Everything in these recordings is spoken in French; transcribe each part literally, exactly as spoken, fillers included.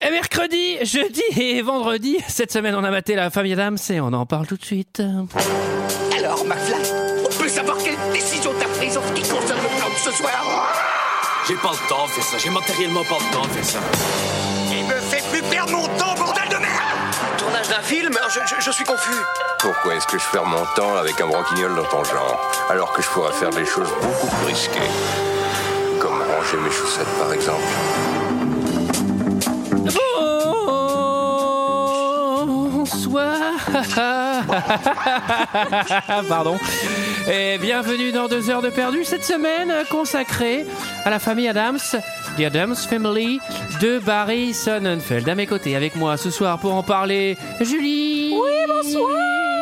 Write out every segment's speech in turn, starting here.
Et mercredi, jeudi et vendredi, cette semaine on a maté La Famille Adams et on en parle tout de suite. Alors, McFly, on peut savoir quelle décision t'as prise en ce qui concerne le plan de ce soir? J'ai pas le temps de faire ça, j'ai matériellement pas le temps de faire ça. Il me fait plus perdre mon temps, bordel de merde! Tournage d'un film? je, je, je suis confus. Pourquoi est-ce que je perds mon temps avec un broquignol dans ton genre, alors que je pourrais faire des choses beaucoup plus risquées? Comme ranger mes chaussettes, par exemple. Bonsoir. Pardon. Et bienvenue dans deux heures de perdu, cette semaine consacrée à la famille Adams, The Addams Family de Barry Sonnenfeld. À mes côtés, avec moi ce soir pour en parler, Julie. Oui, bonsoir.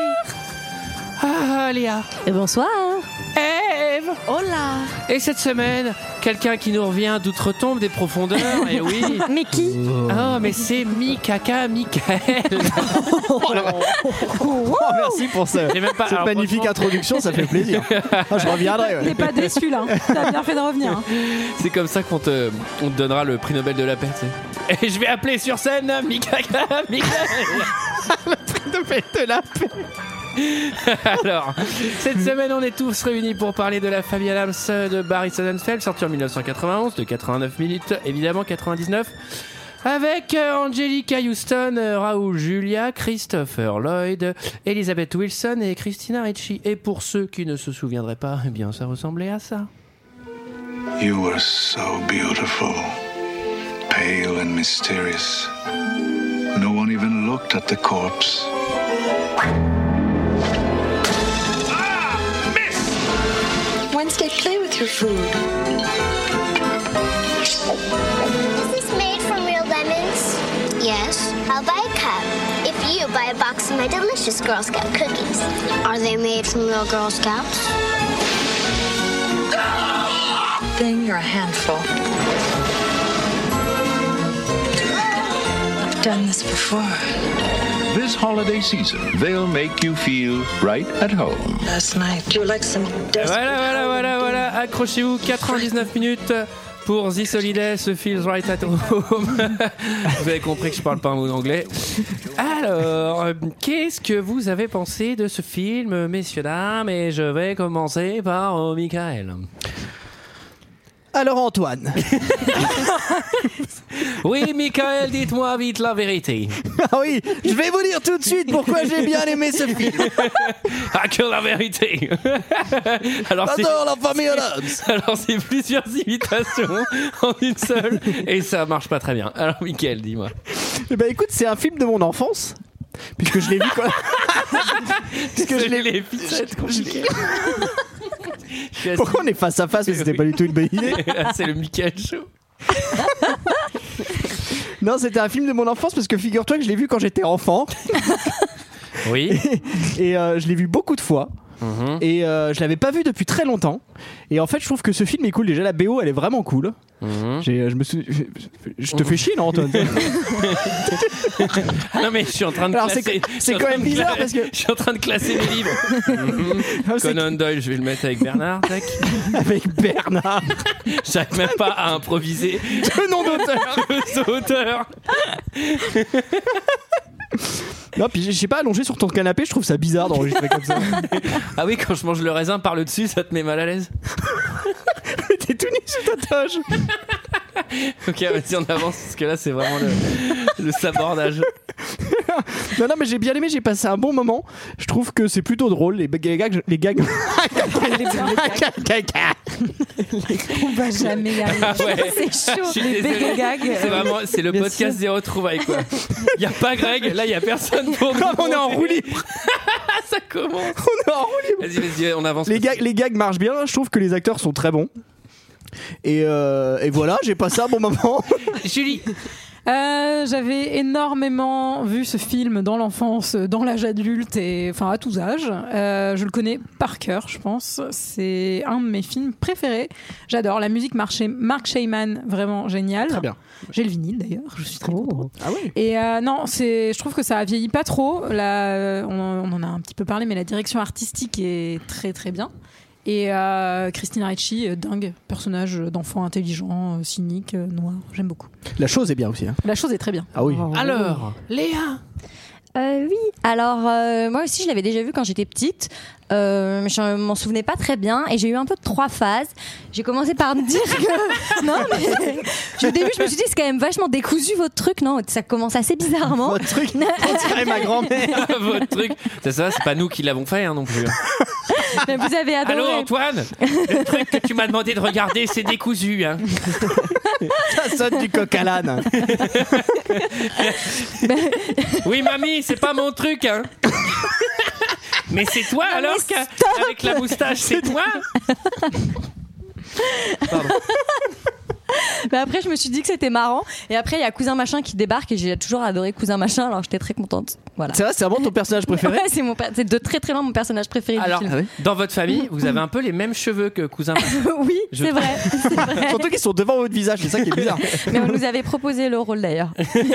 Ah, Léa. Et bonsoir. Eve. Hola. Et cette semaine, quelqu'un qui nous revient d'outre-tombe des profondeurs. Et oui. Mais qui? Oh, mais c'est Mikaka Michael. Oh, oh, merci pour ce, pas, cette alors, magnifique introduction, ça fait plaisir. Ah, je reviendrai. Ouais. T'es pas déçu là, t'as bien fait de revenir. Hein. C'est comme ça qu'on te, on te donnera le prix Nobel de la paix. T'sais. Et je vais appeler sur scène Mikaka Michael. Le prix Nobel de la paix. Alors, cette semaine, on est tous réunis pour parler de La Famille Adams de Barry Sonnenfeld, sorti en dix-neuf cent quatre-vingt-onze, de quatre-vingt-neuf minutes, évidemment quatre-vingt-dix-neuf, avec Angelica Houston, Raoul Julia, Christopher Lloyd, Elizabeth Wilson et Christina Ricci. Et pour ceux qui ne se souviendraient pas, eh bien, ça ressemblait à ça. You were so beautiful, pale and mysterious. No one even looked at the corpse. Wednesday, play with your food. Is this made from real lemons? Yes. I'll buy a cup if you buy a box of my delicious Girl Scout cookies. Are they made from real Girl Scouts? Thing, you're a handful. I've done this before. This holiday season, they'll make you feel right at home. Last night, you were like some desperate... Voilà, voilà, voilà, voilà. Accrochez-vous, quatre-vingt-dix-neuf minutes pour The Holiday, ce Feels Right at Home. Vous avez compris que je parle pas un mot d'anglais. Alors, qu'est-ce que vous avez pensé de ce film, messieurs, dames? Et je vais commencer par oh, Michael. Alors Antoine. Oui, Michael, dites-moi vite la vérité. Ah oui, je vais vous dire tout de suite pourquoi j'ai bien aimé ce film. Ah, que la vérité. Alors, J'adore La Famille Adams. Alors c'est plusieurs imitations en une seule et ça marche pas très bien. Alors Michael, dis-moi. Eh ben écoute, c'est un film de mon enfance. Puisque je l'ai vu quoi. Puisque je l'ai les ficelles compliquées. Pourquoi on est face à face? Mais c'était pas du tout une bonne idée. C'est le Michael Show. Non, c'était un film de mon enfance parce que figure-toi que je l'ai vu quand j'étais enfant. Oui. Et, et euh, je l'ai vu beaucoup de fois. Mmh. Et euh, je l'avais pas vu depuis très longtemps. Et en fait, je trouve que ce film est cool. Déjà, la B O, elle est vraiment cool. Mmh. J'ai, je me suis, je, je te fais chier, non, Antoine? Non, mais je suis en train de Alors, classer. C'est, c'est quand même bizarre cla- parce que je suis en train de classer les livres. Mmh. Conan Doyle, je vais le mettre avec Bernard. Tac. Avec Bernard. J'arrive même pas à improviser. Le nom d'auteur. D'auteur. Non, puis je sais pas, allongé sur ton canapé, je trouve ça bizarre d'enregistrer comme ça. Ah oui, quand je mange le raisin par le dessus, ça te met mal à l'aise? T'es tout nu sous ta toge. Ok, vas-y, on avance parce que là, c'est vraiment le, le sabordage. Non, non, mais j'ai bien aimé, j'ai passé un bon moment. Je trouve que c'est plutôt drôle, les, les gags. Les gags. On va jamais y arriver. Ah ouais. C'est chaud, les bébés gags. C'est vraiment, c'est le Bien podcast sûr. des retrouvailles, quoi. Il y a pas Greg, là, il y a personne pour nous. On est en roue libre. Ça commence. On est en roue libre. Vas-y, vas-y, on avance. Les gags, les gags marchent bien, je trouve que les acteurs sont très bons. Et, euh, et voilà, j'ai passé un bon moment. Julie. Euh, j'avais énormément vu ce film dans l'enfance, dans l'âge adulte et enfin à tous âges. Euh, je le connais par cœur, je pense. C'est un de mes films préférés. J'adore la musique. Mark Shaiman, vraiment génial. Très bien. J'ai le vinyle d'ailleurs. Je suis très oh. contente. Ah oui. Et euh, non, c'est. Je trouve que ça a vieilli pas trop. La, on, on en a un petit peu parlé, mais la direction artistique est très très bien. Et euh, Christina Ricci, euh, dingue, personnage d'enfant intelligent, euh, cynique, euh, noir, j'aime beaucoup. La chose est bien aussi. Hein. La chose est très bien. Ah oui. Alors, Léa. Euh, oui, alors euh, moi aussi je l'avais déjà vu quand j'étais petite, euh, mais je m'en souvenais pas très bien et j'ai eu un peu trois phases. J'ai commencé par me dire que non mais au début je me suis dit c'est quand même vachement décousu votre truc, non, ça commence assez bizarrement. Votre truc, on dirait ma grand-mère. Votre truc, c'est ça, c'est pas nous qui l'avons fait hein, non plus. Mais vous avez adoré. Allô Antoine, le truc que tu m'as demandé de regarder c'est décousu hein. Ça sonne du coq à l'âne. Oui mamie, c'est pas mon truc hein. Mais c'est toi non, alors qu'avec la moustache, c'est toi. Pardon. Mais après, je me suis dit que c'était marrant. Et après, il y a Cousin Machin qui débarque et j'ai toujours adoré Cousin Machin. Alors, j'étais très contente. Voilà. C'est vrai, c'est vraiment ton personnage préféré. Ouais, c'est, mon per- c'est de très très loin mon personnage préféré. Alors, du film. dans votre famille, vous avez un peu les mêmes cheveux que Cousin Machin. Oui, je c'est, vrai, c'est vrai. Surtout qu'ils sont devant votre visage, c'est ça qui est bizarre. Mais on nous avait proposé le rôle d'ailleurs.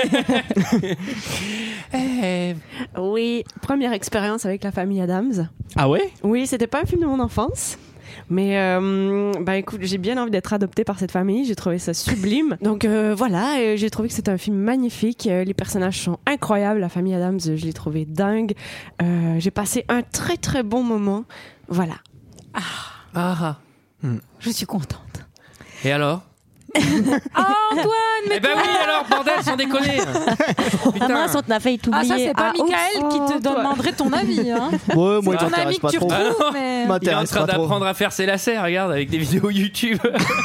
Eh, oui, première expérience avec la famille Addams. Ah ouais? Oui, c'était pas un film de mon enfance. Mais euh, bah écoute, j'ai bien envie d'être adoptée par cette famille. J'ai trouvé ça sublime. Donc euh, voilà, et j'ai trouvé que c'était un film magnifique. Les personnages sont incroyables. La famille Addams, je l'ai trouvé dingue. Euh, j'ai passé un très très bon moment. Voilà. Ah, ah. Hmm. Je suis contente. Et alors? Oh Antoine, mais eh ben oui alors bordel sans déconner. Putain. Ah mince, on t'a failli t'oublier. Ah ça c'est pas ah, Michael qui te toi. demanderait ton avis hein. Ouais, moi c'est ton ami que tu retrouves ah mais... Il est en train d'apprendre à faire ses lacets, regarde avec des vidéos YouTube.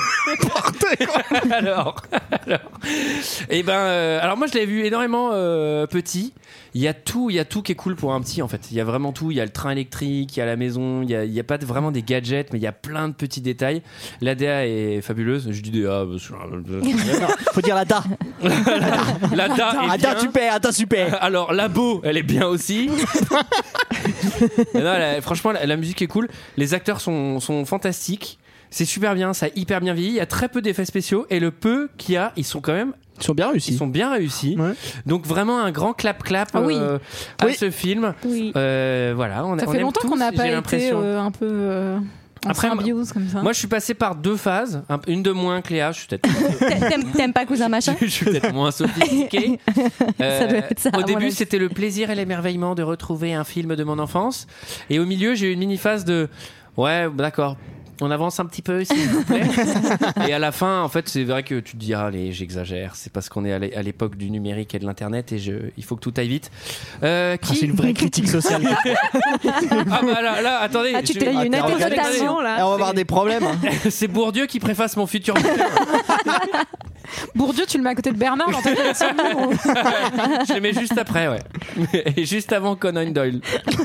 alors, alors. Et ben euh, alors moi je l'ai vu énormément euh, petit. Il y a tout, il y a tout qui est cool pour un petit en fait. Il y a vraiment tout. Il y a le train électrique, il y a la maison, il y a, il y a pas de, vraiment des gadgets, mais il y a plein de petits détails. L'A D A est fabuleuse. Je dis D A. Faut dire la D A. La D A. La D A super, attends super. Alors la Beau, elle est bien aussi. non, la, franchement, la, la musique est cool. Les acteurs sont, sont fantastiques. C'est super bien, ça a hyper bien vieilli. Il y a très peu d'effets spéciaux et le peu qu'il y a, ils sont quand même. Ils sont bien réussis. Ils sont bien réussis. Ouais. Donc vraiment un grand clap clap ah oui. euh, à oui. ce film. Oui. Euh, voilà, on, ça on fait aime longtemps tous, qu'on n'a pas j'ai été l'impression. Euh, un peu. Euh... Après, symbiose, comme ça. Moi, je suis passé par deux phases, une de moins que Léa. Je suis peut-être. t'aimes, t'aimes pas Cousin Machin? Je suis peut-être moins sophistiqué. Euh, ça doit être ça, au début, c'était le plaisir et l'émerveillement de retrouver un film de mon enfance, et au milieu, j'ai eu une mini phase de ouais, d'accord. On avance un petit peu, s'il vous plaît. Et à la fin, en fait, c'est vrai que tu te dis, ah, allez, j'exagère. C'est parce qu'on est à l'époque du numérique et de l'internet et je, il faut que tout aille vite. Euh, qui... ah, c'est une vraie critique sociale. Ah bah là, là attendez. Ah, tu je... t'es ah, une interprétation là. Et on va avoir des problèmes. Hein. C'est Bourdieu qui préface mon futur. Bourdieu, tu le mets à côté de Bernard dans ta collection. Je le mets juste après, ouais. Et juste avant Conan Doyle.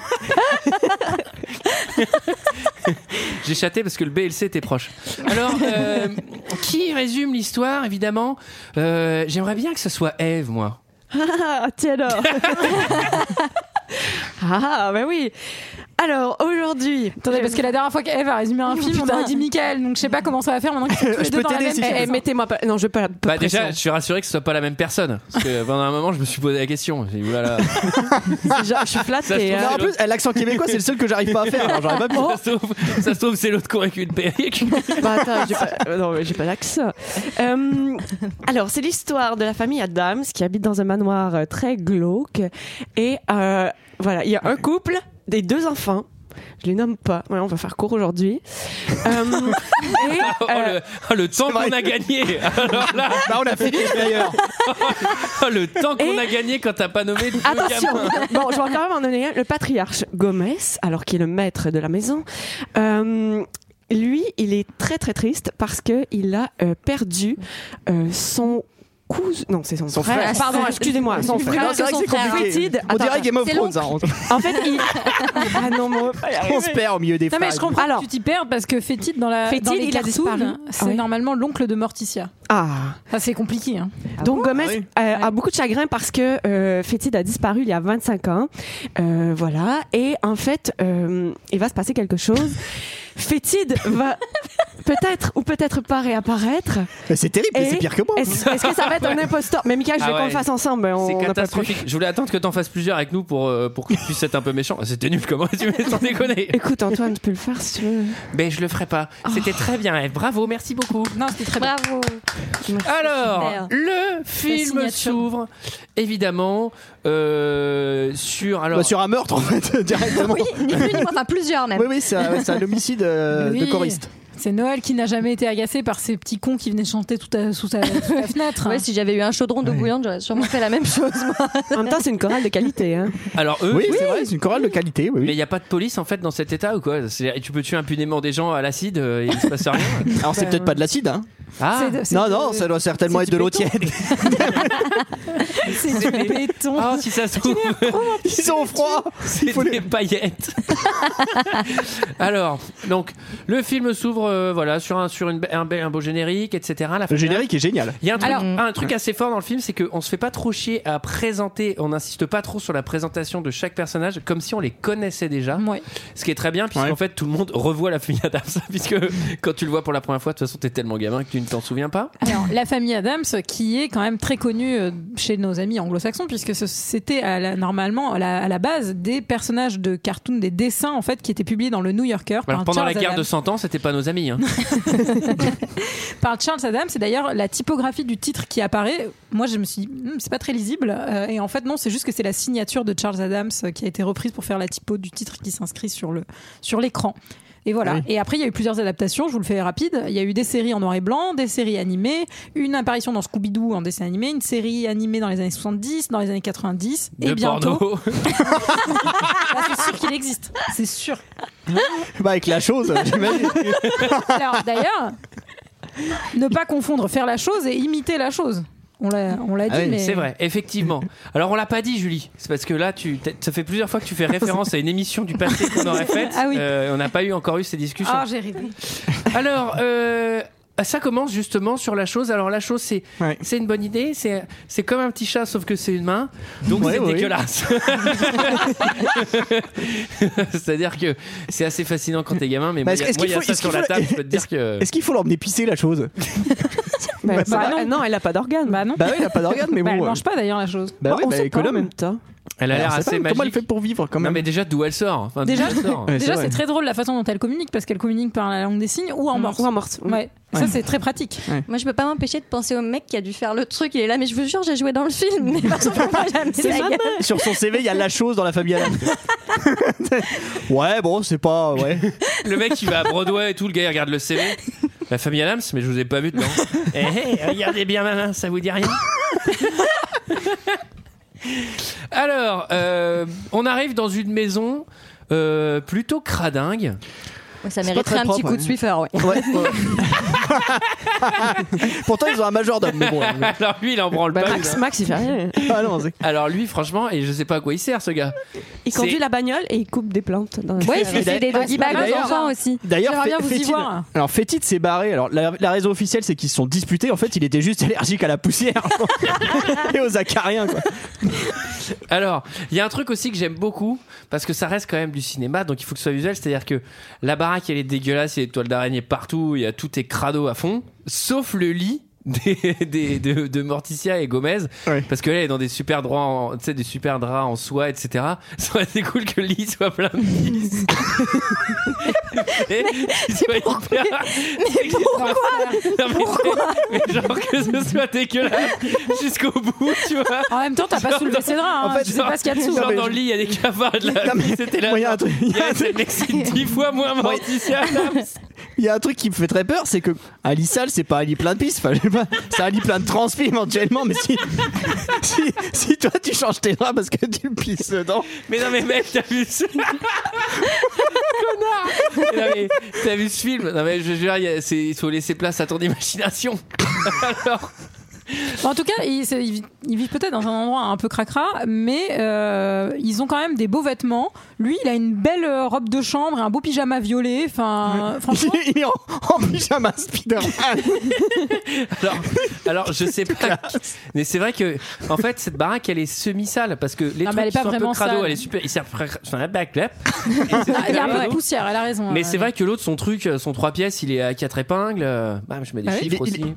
J'ai chaté parce que le B L C était proche. Alors, euh, qui résume l'histoire, évidemment euh, j'aimerais bien que ce soit Ève, moi. Ah, tiens alors. Ah, bah oui. Alors, aujourd'hui... Attendez, parce que la dernière fois qu'Ève a résumé un film, on aurait dit Michael, donc je sais pas comment ça va faire maintenant qu'ils sont tous les deux dans la même... Si eh, mettez-moi pas... Non, je veux pas... pas bah déjà, je suis rassuré que ce soit pas la même personne. Parce que pendant un moment, je me suis posé la question. J'ai dit, oulala. Genre, je suis flattée. Hein. En plus, l'accent québécois, c'est le seul que j'arrive pas à faire. Alors, j'aurais pas pu. Oh. Ça, se trouve, ça se trouve, c'est l'autre qui aurait une perruque. Bah attends, j'ai pas... Non, mais j'ai pas d'accent. Euh, alors, c'est l'histoire de la famille Addams qui habite dans un manoir très glauque. Et euh, voilà, il y a un couple, des deux enfants. Je les nomme pas. Ouais, on va faire court aujourd'hui. Euh, et, oh, euh, le, oh, le temps qu'on a gagné. Alors là, bah, on a fini d'ailleurs. Oh, le temps qu'on et... a gagné quand t'as pas nommé deux Attention. gamins. Bon, je vais quand même en donner un. Le patriarche Gomez, alors qui est le maître de la maison. Euh, lui, il est très très triste parce que il a euh, perdu euh, son cousin. Non, c'est son, son frère. frère. Pardon, excusez-moi. Son frère. Non, c'est vrai que c'est compliqué. Fétide. On dirait Game of Thrones. Hein. En fait, il... ah non, moi, on se perd au milieu des frères. Non, mais je comprends Alors, que tu t'y perds parce que Fétide, dans la Fétide, dans les il a disparu. C'est oui. normalement l'oncle de Morticia. Ah. Ça, c'est compliqué. Hein. Ah Donc, bon Gomez oui. euh, a beaucoup de chagrin parce que euh, Fétide a disparu il y a vingt-cinq ans. Euh, voilà. Et en fait, euh, il va se passer quelque chose. Fétide va peut-être ou peut-être pas réapparaître. Mais c'est terrible, Et c'est pire que moi. Est-ce, est-ce que ça va être un imposteur? Mais Mika, je Ah veux ouais. qu'on le fasse ensemble. On, C'est on n'a pas catastrophique. pu. Je voulais attendre que t'en fasses plusieurs avec nous pour, euh, pour qu'on puisse être un peu méchant. C'était nul comme résumé, sans déconner. Écoute, Antoine, tu peux le faire si tu veux. Mais je le ferai pas. C'était très bien, Eve. Bravo, merci beaucoup. Non, c'était très bien. Bravo. Alors, Super. le film signature. s'ouvre évidemment euh, sur alors Bah, sur un meurtre en fait directement. Oui, ni plus ni moins, enfin plusieurs même. Oui oui, c'est un, c'est un homicide euh, Oui. de choriste. C'est Noël qui n'a jamais été agacé par ces petits cons qui venaient chanter tout à, sous, sa, sous la fenêtre. Ouais, si j'avais eu un chaudron d'eau bouillante, j'aurais sûrement fait la même chose. Moi. En même temps, c'est une chorale de qualité. Hein. alors eux. Oui, c'est vrai, c'est une chorale de qualité. Oui, Mais il oui. n'y a pas de police en fait dans cet état ou quoi? C'est- Tu peux tuer impunément des gens à l'acide euh, et il se passe rien. Alors c'est peut-être pas de l'acide, hein. Ah. C'est de- c'est Non de- non, ça doit certainement c'est être de du l'eau béton. tiède. C'est du béton. Oh, si ça se trouve, Ils ont froid. c'est des paillettes. Alors, donc, le film s'ouvre, euh, voilà, sur un sur une, un, bel- un beau générique, et cetera. La Le générique est génial. Il y a un truc, Alors- un truc assez fort dans le film, c'est qu'on se fait pas trop chier à présenter, on n'insiste pas trop sur la présentation de chaque personnage, comme si on les connaissait déjà. Ouais. Ce qui est très bien, puisqu'en Ouais. fait tout le monde revoit la famille Adams, puisque quand tu le vois pour la première fois, de toute façon t'es tellement gamin que tu ne t'en souviens pas. Alors, la famille Adams, qui est quand même très connue euh, chez nos amis anglo-saxons, puisque ce- c'était à la- normalement à la, à la base des personnages de cartoon, des dessins en fait, qui étaient publiés dans le New Yorker par Alors, pendant Charles la guerre Adams. de cent ans, c'était pas nos amis. Hein. Par Charles Adams. C'est d'ailleurs la typographie du titre qui apparaît. Moi, je me suis dit, Hm, c'est pas très lisible. Euh, et en fait, non, c'est juste que c'est la signature de Charles Adams euh, qui a été reprise pour faire la typo du titre qui s'inscrit sur le sur l'écran. Et voilà. Oui. Et après, il y a eu plusieurs adaptations. Je vous le fais rapide. Il y a eu des séries en noir et blanc, des séries animées, une apparition dans Scooby-Doo en dessin animé, une série animée dans les années soixante-dix, dans les années quatre-vingt-dix, De et bientôt. porno. Là, c'est sûr qu'il existe. C'est sûr. Bah avec la chose, j'imagine. Alors, d'ailleurs, ne pas confondre faire la chose et imiter la chose. On l'a, on l'a dit, Ah oui, mais c'est vrai, effectivement. Alors on l'a pas dit, Julie. C'est parce que là, tu, ça fait plusieurs fois que tu fais référence à une émission du passé qu'on aurait faite. Ah oui. Euh, on n'a pas eu encore eu ces discussions. Ah, j'ai rêvé. Alors, euh, ça commence justement sur la chose. Alors la chose, c'est, Ouais. c'est une bonne idée. C'est, c'est comme un petit chat, sauf que c'est une main. Donc Ouais, c'est ouais. dégueulasse. C'est-à-dire que c'est assez fascinant quand t'es gamin, mais Bah, moi, est-ce- il y a- est-ce moi, il y a qu'il faut- ça est-ce sur qu'il la faut- table. Je peux te dire que. Est-ce qu'il faut l'emmener pisser la chose? Bah, Bah, bah, non. non, elle a pas d'organe. Bah non. Bah oui, il a pas d'organe, mais Bah, bon. elle euh, mange pas d'ailleurs la chose. Bah oui, on bah sait pas en économe. même temps. Elle a l'air Alors, c'est assez pas- magique. Comment elle fait pour vivre quand Non, même? mais déjà d'où elle sort. Enfin, Déjà, d'où elle sort. Ouais, Déjà, c'est c'est vrai. très drôle la façon dont elle communique parce qu'elle communique par la langue des signes ou en morse. Ou en morse. Ouais. Ça, c'est très pratique. Moi, je peux pas m'empêcher de penser au mec qui a dû faire le truc. Il est là, mais je vous jure, j'ai joué dans le film. Mais par contre, moi, jamais C'est la ma gueule. Sur son C V, il y a la chose dans la famille Adams. Ouais, bon, c'est pas. Ouais. Le mec il va à Broadway et tout, le gars il regarde le C V. La famille Adams, mais je vous ai pas vu dedans. Eh, hey, regardez bien ma main, ça vous dit rien? Alors, euh, on arrive dans une maison euh, plutôt cradingue. Ouais, ça C'est pas mériterait très un petit propre, coup de ouais. Swiffer, ouais. Ouais, ouais. Pourtant, ils ont un majordome, mais bon. Alors lui, il en branle Bah, pas. Max, Max, il fait rien. Ah non, c'est- Alors lui, franchement, et je sais pas à quoi il sert ce gars. Il C'est- conduit la bagnole et il coupe des plantes. Dans la Ouais, il ferme. fait des doggy bags aux D'ailleurs- enfants aussi. D'ailleurs, J'aimerais bien Fé- vous y Fétide- voir. alors Fétide s'est barré. Alors la, la raison officielle, c'est qu'ils se sont disputés. En fait, il était juste allergique à la poussière et aux acariens, quoi. Alors, il y a un truc aussi que j'aime beaucoup parce que ça reste quand même du cinéma, donc il faut que ce soit visuel. C'est-à-dire que la baraque, elle est dégueulasse, il y a des toiles d'araignée partout, il y a tout est crado à fond, sauf le lit. Des, des- de, de Morticia et Gomez, Ouais. parce que là elle est dans des super draps en, tu sais, des super draps en soie, etc. Ça aurait été cool que le lit soit plein de pisse. Et qu'il soit hyper- Mais pourquoi Non, mais, mais genre que ce soit dégueulasse jusqu'au bout, tu vois. En même temps, t'as pas Genre soulevé dans- ses draps. Hein. en fait, Je sais pas ce qu'il y a dessous. Genre mais dans je- le lit, il y a des cafards de la Non, mais vie, c'était là. moi, il y a un truc- il y a un ce truc- mec, c'est dix fois moins Morticia Adams. Il y a un truc qui me fait très peur, c'est que un lit sale, c'est pas un lit plein de pisse. Enfin, je sais pas, c'est un lit plein de transpi éventuellement. Mais si, si, si toi tu changes tes draps parce que tu pisses dedans, Mais non, mais mec, t'as vu ce. Connard. Non, mais t'as vu ce film? Non, mais je veux dire, il y a- c'est- il faut laisser place à ton imagination. Alors. Bon, en tout cas, ils, c'est- ils- ils vivent peut-être dans un endroit un peu cracra, mais euh, ils ont quand même des beaux vêtements. Lui, il a une belle euh, robe de chambre et un beau pyjama violet. Enfin, franchement. Il est en, en pyjama Spider-Man. Alors, alors je sais pas, mais c'est vrai que en fait cette baraque elle est semi-sale parce que les Non, trucs mais elle est qui pas sont un peu vraiment crado, sale. elle est super, ils servent sur un backlap. Ah, il y a un peu de poussière, elle a raison. Mais euh, c'est vrai que l'autre, son truc, son trois pièces, il est à quatre épingles. euh, Bah, je mets des Ah oui, chiffres il- aussi.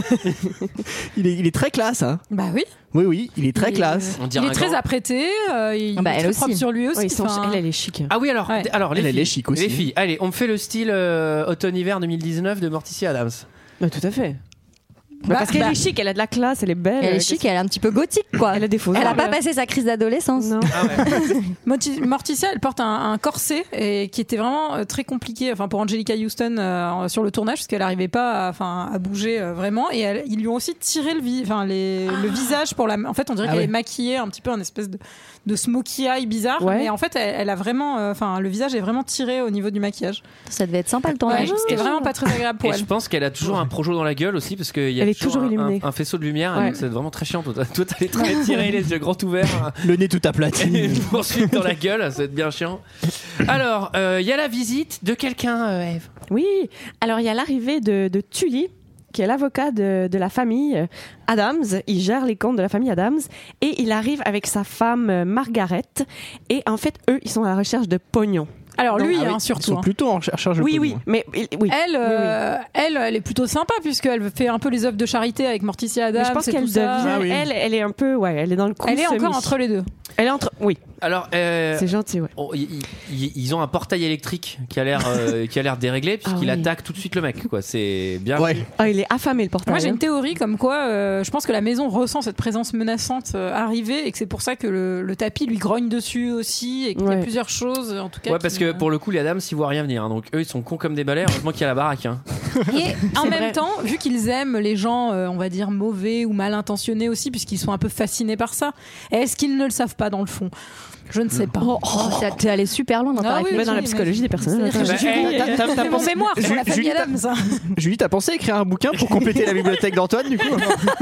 Il est, il est très classe, hein. Bah oui. Oui, oui, il est très Il- classe. On Il dirait est un très grand- apprêté, euh, il Ah bah, est elle très aussi. propre sur lui aussi. Ouais, ils sont- enfin, elle, elle est chic. Ah oui, alors, Ouais. d- alors les Elle, elle filles, est chic aussi. les filles, allez, on me fait le style euh, automne-hiver deux mille dix-neuf de Morticia Adams. Bah, tout à fait. Bah, Bah, parce qu'elle bah. est chic, elle a de la classe, elle est belle. Elle euh, est chic, elle est un petit peu gothique, quoi. Elle a des faux Elle a ongles. pas passé sa crise d'adolescence. Non. Ah ouais. Moti- Morticia, elle porte un, un corset et qui était vraiment euh, très compliqué, enfin pour Angelica Houston euh, sur le tournage, parce qu'elle n'arrivait pas, à, enfin à bouger euh, vraiment. Et elle- ils lui ont aussi tiré le, vi- enfin les, le visage pour la. En fait, on dirait Ah qu'elle ouais. est maquillée un petit peu, un espèce de, de smoky eye bizarre. Ouais. Mais en fait, elle, elle a vraiment, euh, enfin le visage est vraiment tiré au niveau du maquillage. Ça devait être sympa le Ouais, tournage. C'était vraiment pas très agréable pour Et elle. je pense qu'elle a toujours un projo dans la gueule aussi parce qu'il y a Elle est toujours un- illuminée. un, un faisceau de lumière. Ouais. Donc c'est vraiment très chiant. Toi, t'as- toi, t'as les traits tirés, les yeux grands ouverts. Le nez tout aplati. Et une poursuite dans la gueule, ça va être bien chiant. Alors, il y a la visite de quelqu'un, euh, Eve. Oui, alors il y a l'arrivée de, de Tully, qui est l'avocat de, de la famille euh, Adams. Il gère les comptes de la famille Adams et il arrive avec sa femme euh, Margaret. Et en fait, eux, ils sont à la recherche de pognon. Alors lui, Ah oui, hein, ils surtout. sont hein. plutôt en recherche de Oui, pognon. oui, mais il- oui. Elle, Oui, oui. euh, elle, elle est plutôt sympa puisqu'elle fait un peu les œuvres de charité avec Morticia Adams. Mais je pense et qu'elle tout ça. devient, Ah oui. elle, elle est un peu, ouais, elle est dans le coup. Elle est semi. encore entre les deux. Elle est entre, oui, Alors, euh, c'est gentil, ouais. oh, ils, ils- ils ont un portail électrique qui a l'air euh, qui a l'air déréglé puisqu'il Ah oui. attaque tout de suite le mec. Quoi, c'est bien. Ouais. Ah, il est affamé le portail. Moi, j'ai hein. une théorie comme quoi euh, je pense que la maison ressent cette présence menaçante euh, arriver et que c'est pour ça que le, le tapis lui grogne dessus aussi et qu'il y a Ouais. plusieurs choses en tout cas. Ouais, parce qui, que euh, pour le coup, les Adams, ils voient rien venir. hein. Donc eux, ils sont cons comme des balais. Heureusement qu'il y a la baraque. Hein. Et en C'est même vrai. temps, vu qu'ils aiment les gens, euh, on va dire mauvais ou mal intentionnés aussi, puisqu'ils sont un peu fascinés par ça, est-ce qu'ils ne le savent pas dans le fond? Je ne sais pas. Oh, t'es- t'es allé super loin dans ta Ah oui, réflexion. Ouais, dans la mais- psychologie des personnages. C'est-à-dire que Attends, Julie, Bah, euh, t'as- t'as c'est mon pensé- mémoire sur la Julie, famille t'as- Adams. hein. Julie, t'as pensé à écrire un bouquin pour compléter la bibliothèque d'Antoine, du coup?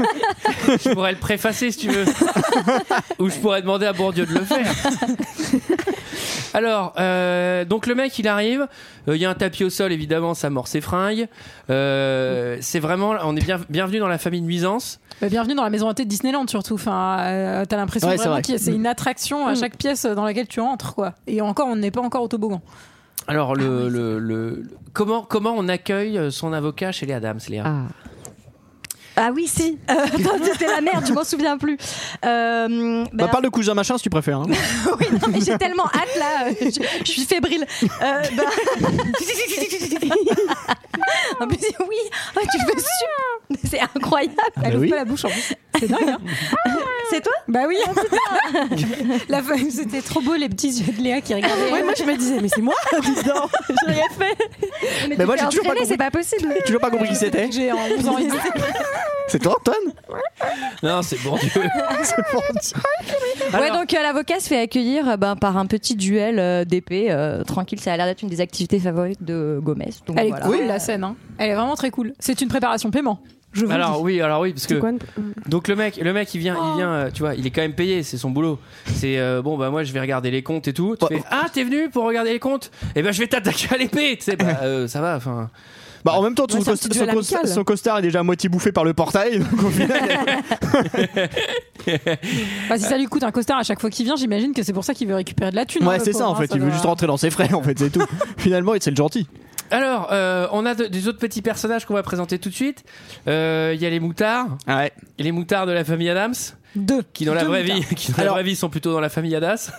Je pourrais le préfacer si tu veux. Ou je pourrais demander à Bourdieu de le faire. Alors, euh, donc le mec, il arrive. Il y a un tapis au sol, évidemment, ça mord ses fringues. Euh, c'est vraiment, on est bien, bienvenue dans la famille Nuisance. Bah, bienvenue dans la maison hantée de Disneyland surtout. Enfin, euh, t'as l'impression Ouais, c'est vraiment vrai. que c'est une attraction à chaque pièce dans laquelle tu entres, quoi. Et encore, on n'est pas encore au toboggan. Alors, le, le, le- le- comment, comment on accueille son avocat chez les Adams, Léa Ah. Ah oui, si. Euh, attends, c'était la merde, je m'en souviens plus. Euh, Bah, bah, parle de cousin machin si tu préfères. Hein. oui, non, mais j'ai tellement hâte là, euh, je, je suis fébrile. Euh, bah... en plus, oui, oh, tu fais super. Mais c'est incroyable. Elle Bah ouvre oui. pas la bouche en plus. C'est dingue, hein. C'est toi? Bah oui. La fin, c'était trop beau les petits yeux de Léa qui regardaient. Ouais, moi je me disais, mais c'est moi, dis donc, j'ai rien fait. Mais, Mais tu moi, t'es j'ai toujours pas entraîné, compris. c'est pas possible. J'ai toujours pas compris qui c'était. J'ai en onze ans et demi. C'est toi, Antoine? Non, c'est Bourdieu. Ouais, donc euh, l'avocat se fait accueillir euh, ben, par un petit duel euh, d'épée euh, tranquille. Ça a l'air d'être une des activités favorites de Gomez. Donc, Elle est voilà. cool la scène. Hein. Elle est vraiment très cool. C'est une préparation paiement. Je vous le Alors dis. oui, alors oui, parce que C'est quoi une- donc le mec, le mec, il vient, il vient, euh, tu vois, il est quand même payé, c'est son boulot. C'est euh, bon, bah moi, je vais regarder les comptes et tout. Tu fais, ah, t'es venu pour regarder les comptes? Eh ben, je vais t'attaquer à l'épée. Tu sais, bah, euh, ça va, enfin. Bah, en même temps, son, Ouais, c'est un cost- petit son duel cost- amical. son costard est déjà à moitié bouffé par le portail. Donc au final, Bah, si ça lui coûte un costard à chaque fois qu'il vient, j'imagine que c'est pour ça qu'il veut récupérer de la thune. hein, ouais, le c'est ça pauvre, en hein, fait. Il veut doit- juste rentrer dans ses frais, en fait, c'est tout. Finalement, c'est le gentil. Alors, euh, on a de- des autres petits personnages qu'on va présenter tout de suite. Euh, Il y a les moutards, Ouais. et les moutards de la famille Adams, Deux. qui dans la Deux vraie moutards. vie, qui dans Alors- la vraie vie sont plutôt dans la famille Adas.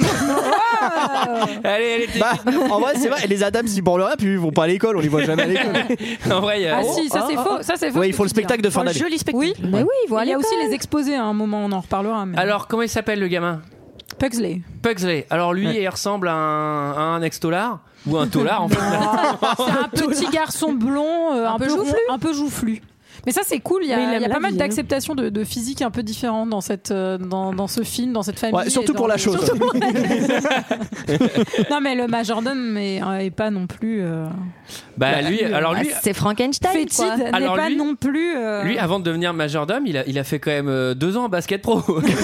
Allez, elle était. Bah, en vrai, c'est vrai. Les Adams, ils branlent rien, puis ils vont pas à l'école. On les voit jamais à l'école. En vrai, il y a. Ah si, ça c'est faux. Ça c'est faux. Ouais, ce ils que font le tu dis, spectacle hein. de fin Un d'année. joli spectacle. Oui, Mais oui, ils vont il y aller a aussi les exposés à un moment, on en reparlera. Mais... Alors, comment il s'appelle le gamin? Pugsley. Pugsley. Alors lui, Ouais. il ressemble à un, à un ex-tolard ou un tolard en fait. C'est un petit garçon blond, euh, un, Un peu peu joufflu. rond, un peu joufflu. Mais ça c'est cool, il y a, Mais il il y a aime pas la mal vie, d'acceptation de, de physique un peu différente dans, cette, euh, dans, dans ce film, dans cette famille. Ouais, surtout et pour dans- la chose. surtout pour- Non mais le majordome est, est pas non plus... euh, Bah lui, alors lui, Ah, c'est Frankenstein, fétide, quoi. n'est Alors pas lui- non plus... euh, lui, avant de devenir majordome, il a, il a fait quand même euh, deux ans en basket pro.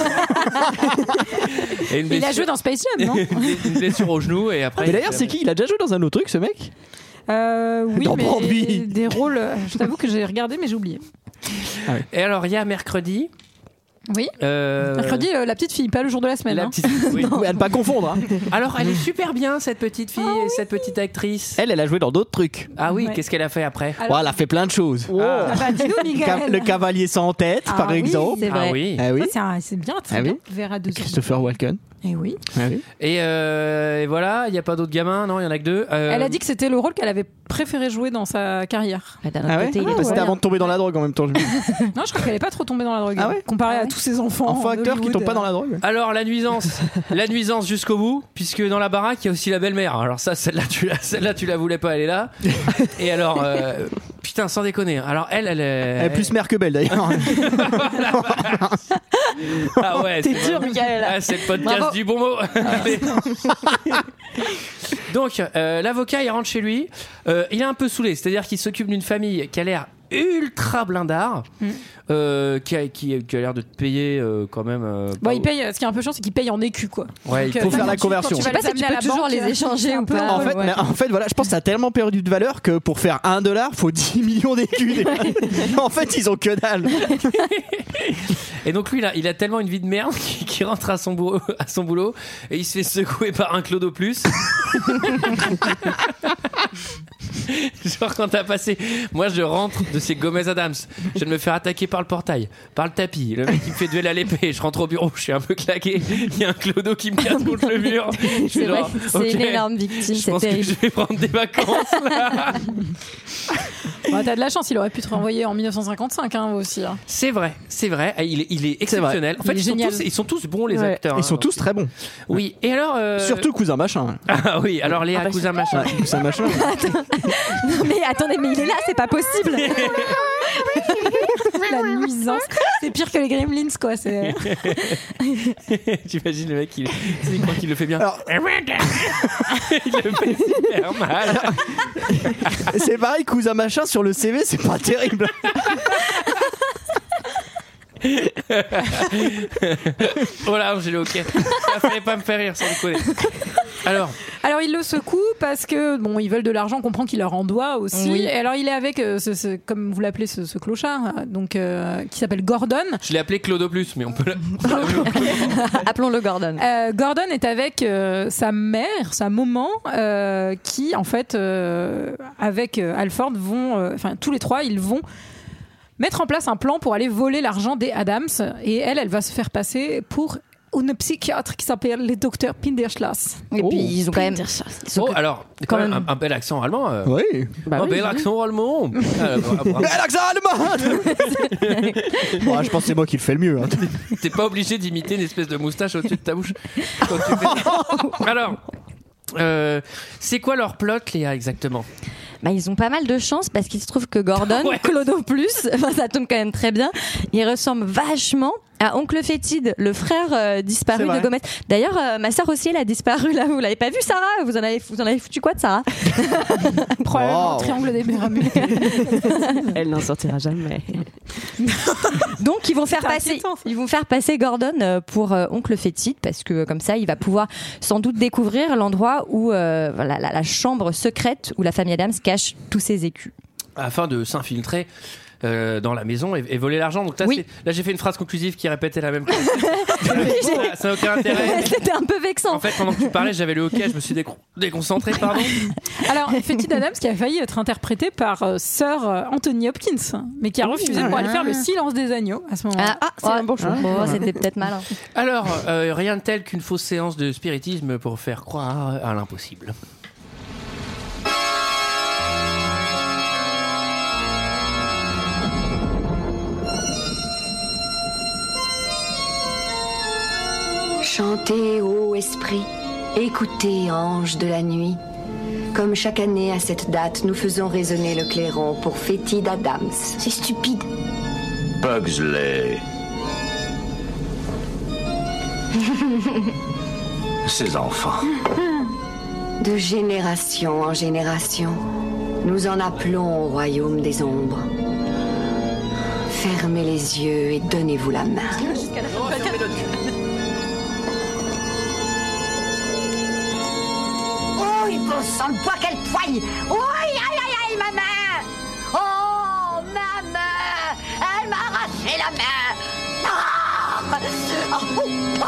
Et une Il a blessure- joué dans Space Jam, non? Une blessure au genou et après. Mais d'ailleurs, c'est qui? Il a déjà joué dans un autre truc, ce mec? Euh, oui, Dans mais Bambi. des rôles. euh, Je t'avoue que j'ai regardé, mais j'ai oublié. Et alors, il y a mercredi. Oui. euh, Mercredi, euh, la petite fille, pas le jour de la semaine. La hein. petite. Oui. Oui, à ne pas confondre. hein. Alors, elle est super bien cette petite fille, cette petite actrice. Elle, elle a joué dans d'autres trucs. Ah oui, Ouais. qu'est-ce qu'elle a fait après? Alors- Ouais, elle a fait plein de choses. Ah. Ah bah, dis-nous, Miguel. Ca- Le cavalier sans tête, Ah par oui, exemple. C'est vrai. Ah oui. Ah oui. Ça, c'est un- c'est bien, très Ah bien. oui. Vers à deux Christopher Walken. Et oui. Ah oui. Et, euh, et voilà, il n'y a pas d'autres gamins, non, il y en a que deux. Euh, Elle a dit que c'était le rôle qu'elle avait préféré jouer dans sa carrière. Bah, d'un autre Ah ouais. côté, il est Ah, trop c'était bien. avant de tomber dans la drogue en même temps. je me dis. Non, je crois qu'elle est pas trop tombée dans la drogue. Ah ouais Comparé Ah à ouais. tous ses enfants. Enfant en acteur qui Hollywood. tombe pas dans la drogue. Alors la nuisance, la nuisance jusqu'au bout, puisque dans la baraque il y a aussi la belle-mère. Alors ça, celle-là tu la, celle-là tu la voulais pas, elle est là. Et alors, euh, putain, sans déconner. Alors elle, elle est, Elle est plus mère que belle d'ailleurs. Ah ouais, T'es c'est dur, vraiment- Michael. Ah, c'est le podcast Bravo. du bon mot. Donc euh, l'avocat il rentre chez lui, euh, il est un peu saoulé, c'est-à-dire qu'il s'occupe d'une famille qui a l'air ultra blindard, Mm. euh, qui, a, qui, qui a l'air de te payer euh, quand même. euh, Bon, pas- il paye. Ce qui est un peu chiant, c'est qu'il paye en écus, quoi. Ouais, Donc, il euh, faut quand faire la tu- conversion. quand Je sais vas pas si les tu amener à peux la toujours banque, les échanger c'est un ou peu- pas. En fait, ouais. mais en fait, voilà, je pense que ça a tellement perdu de valeur que pour faire un dollar, faut dix millions d'écus. En fait, ils ont que dalle. Et donc lui, il a, il a tellement une vie de merde qu'il qu'il rentre à son, boulot, à son boulot et il se fait secouer par un clodo plus. Genre quand t'as passé... Moi, je rentre de chez Gomez Adams. Je viens de me faire attaquer par le portail, par le tapis. Le mec, il me fait duel à l'épée. Je rentre au bureau, je suis un peu claqué. Il y a un clodo qui me casse contre le mur. Je suis C'est vrai, genre, c'est ok, une énorme victime, Je c'est pense que terrible. je vais prendre des vacances, là. Ouais, t'as de la chance, il aurait pu te renvoyer en dix-neuf cent cinquante-cinq hein, aussi. hein. C'est vrai, c'est vrai. Il est, il est C'est vrai. exceptionnel. En Il fait, est ils sont, génial. tous, ils sont tous bons, les Ouais. acteurs. Ils sont hein. tous très bons. Oui, et alors. euh, Surtout cousin machin. Ah oui, alors Léa, Ah bah, cousin machin. Ouais, cousin machin. Non, mais attendez, mais il est là, c'est pas possible. La nuisance. C'est pire que les Gremlins, quoi. C'est... J'imagine le mec, il, il croit qu'il le fait bien. Alors- il le fait super mal. C'est pareil, cousin machin sur le C V, c'est pas terrible. Voilà, j'ai le ok. Ça fallait pas me faire rire, sans déconner. Alors, Alors, il le secoue parce que, bon, ils veulent de l'argent, on comprend qu'il leur en doit aussi. Oui. Et alors, il est avec, euh, ce, ce- comme vous l'appelez, ce, ce clochard, euh, donc, euh, qui s'appelle Gordon. je l'ai appelé Clodo Plus, mais on peut. la- Appelons-le Gordon. Euh, Gordon est avec euh, sa mère, sa maman, euh, qui en fait, euh, avec euh, Alford, vont, euh, enfin tous les trois, ils vont mettre en place un plan pour aller voler l'argent des Adams. Et elle, elle va se faire passer pour une psychiatre qui s'appelle le docteur Pinderschloss. Et Oh. puis ils ont quand même. ils ont Oh, que- alors, quand quand même même. un, un bel accent allemand. euh. Oui. Bah un oui, bel j'ai vu. accent allemand. Ah, bravo, bravo. Mais l'accent allemand. Bon, je pense que c'est moi qui le fais le mieux. hein. T'es pas obligé d'imiter une espèce de moustache au-dessus de ta bouche. Quand tu fais- Alors, euh, c'est quoi leur plot, Léa, exactement? Bah, ils ont pas mal de chance parce qu'il se trouve que Gordon, Ouais. Clodo plus, enfin, ça tombe quand même très bien. Il ressemble vachement à Oncle Fétide, le frère euh, disparu C'est vrai. de Gomez. D'ailleurs, euh, ma sœur aussi, elle a disparu là. Vous l'avez pas vu, Sarah? Vous en avez, vous en avez foutu quoi de Sarah? Probablement Oh. triangle des Bermudes. Elle n'en sortira jamais. Donc ils vont faire C'est passer, inquiétant, ça. ils vont faire passer Gordon euh, pour euh, Oncle Fétide parce que comme ça, il va pouvoir sans doute découvrir l'endroit où euh, voilà, la, la chambre secrète où la famille Adams cache tous ses écus. Afin de s'infiltrer euh, dans la maison et, et voler l'argent. Donc là, Oui. c'est- là, j'ai fait une phrase conclusive qui répétait la même chose. ça ça n'a aucun intérêt. C'était un peu vexant. En fait, pendant que tu parlais, j'avais le hockey, je me suis décon- déconcentré, pardon. Alors, Fétide Adams qui a failli être interprété par euh, Sir euh, Anthony Hopkins, mais qui a refusé pour aller faire le silence des agneaux à ce moment-là. Ah, c'est un bon choix. Bon, c'était peut-être malin. Alors, euh, rien de tel qu'une fausse séance de spiritisme pour faire croire à l'impossible. Chantez, ô esprit, écoutez, ange de la nuit, Comme chaque année à cette date, nous faisons résonner le clairon pour Fétide Adams. C'est stupide. Pugsley. Ces enfants. De génération en génération, nous en appelons au royaume des ombres. Fermez les yeux et donnez-vous la main. Oh, il bon sang de bois, quelle poigne! Oh, aïe, aïe, aïe, aïe, ma main! Oh, ma main! Elle m'a arraché la main! Ah! Oh, oh, oh,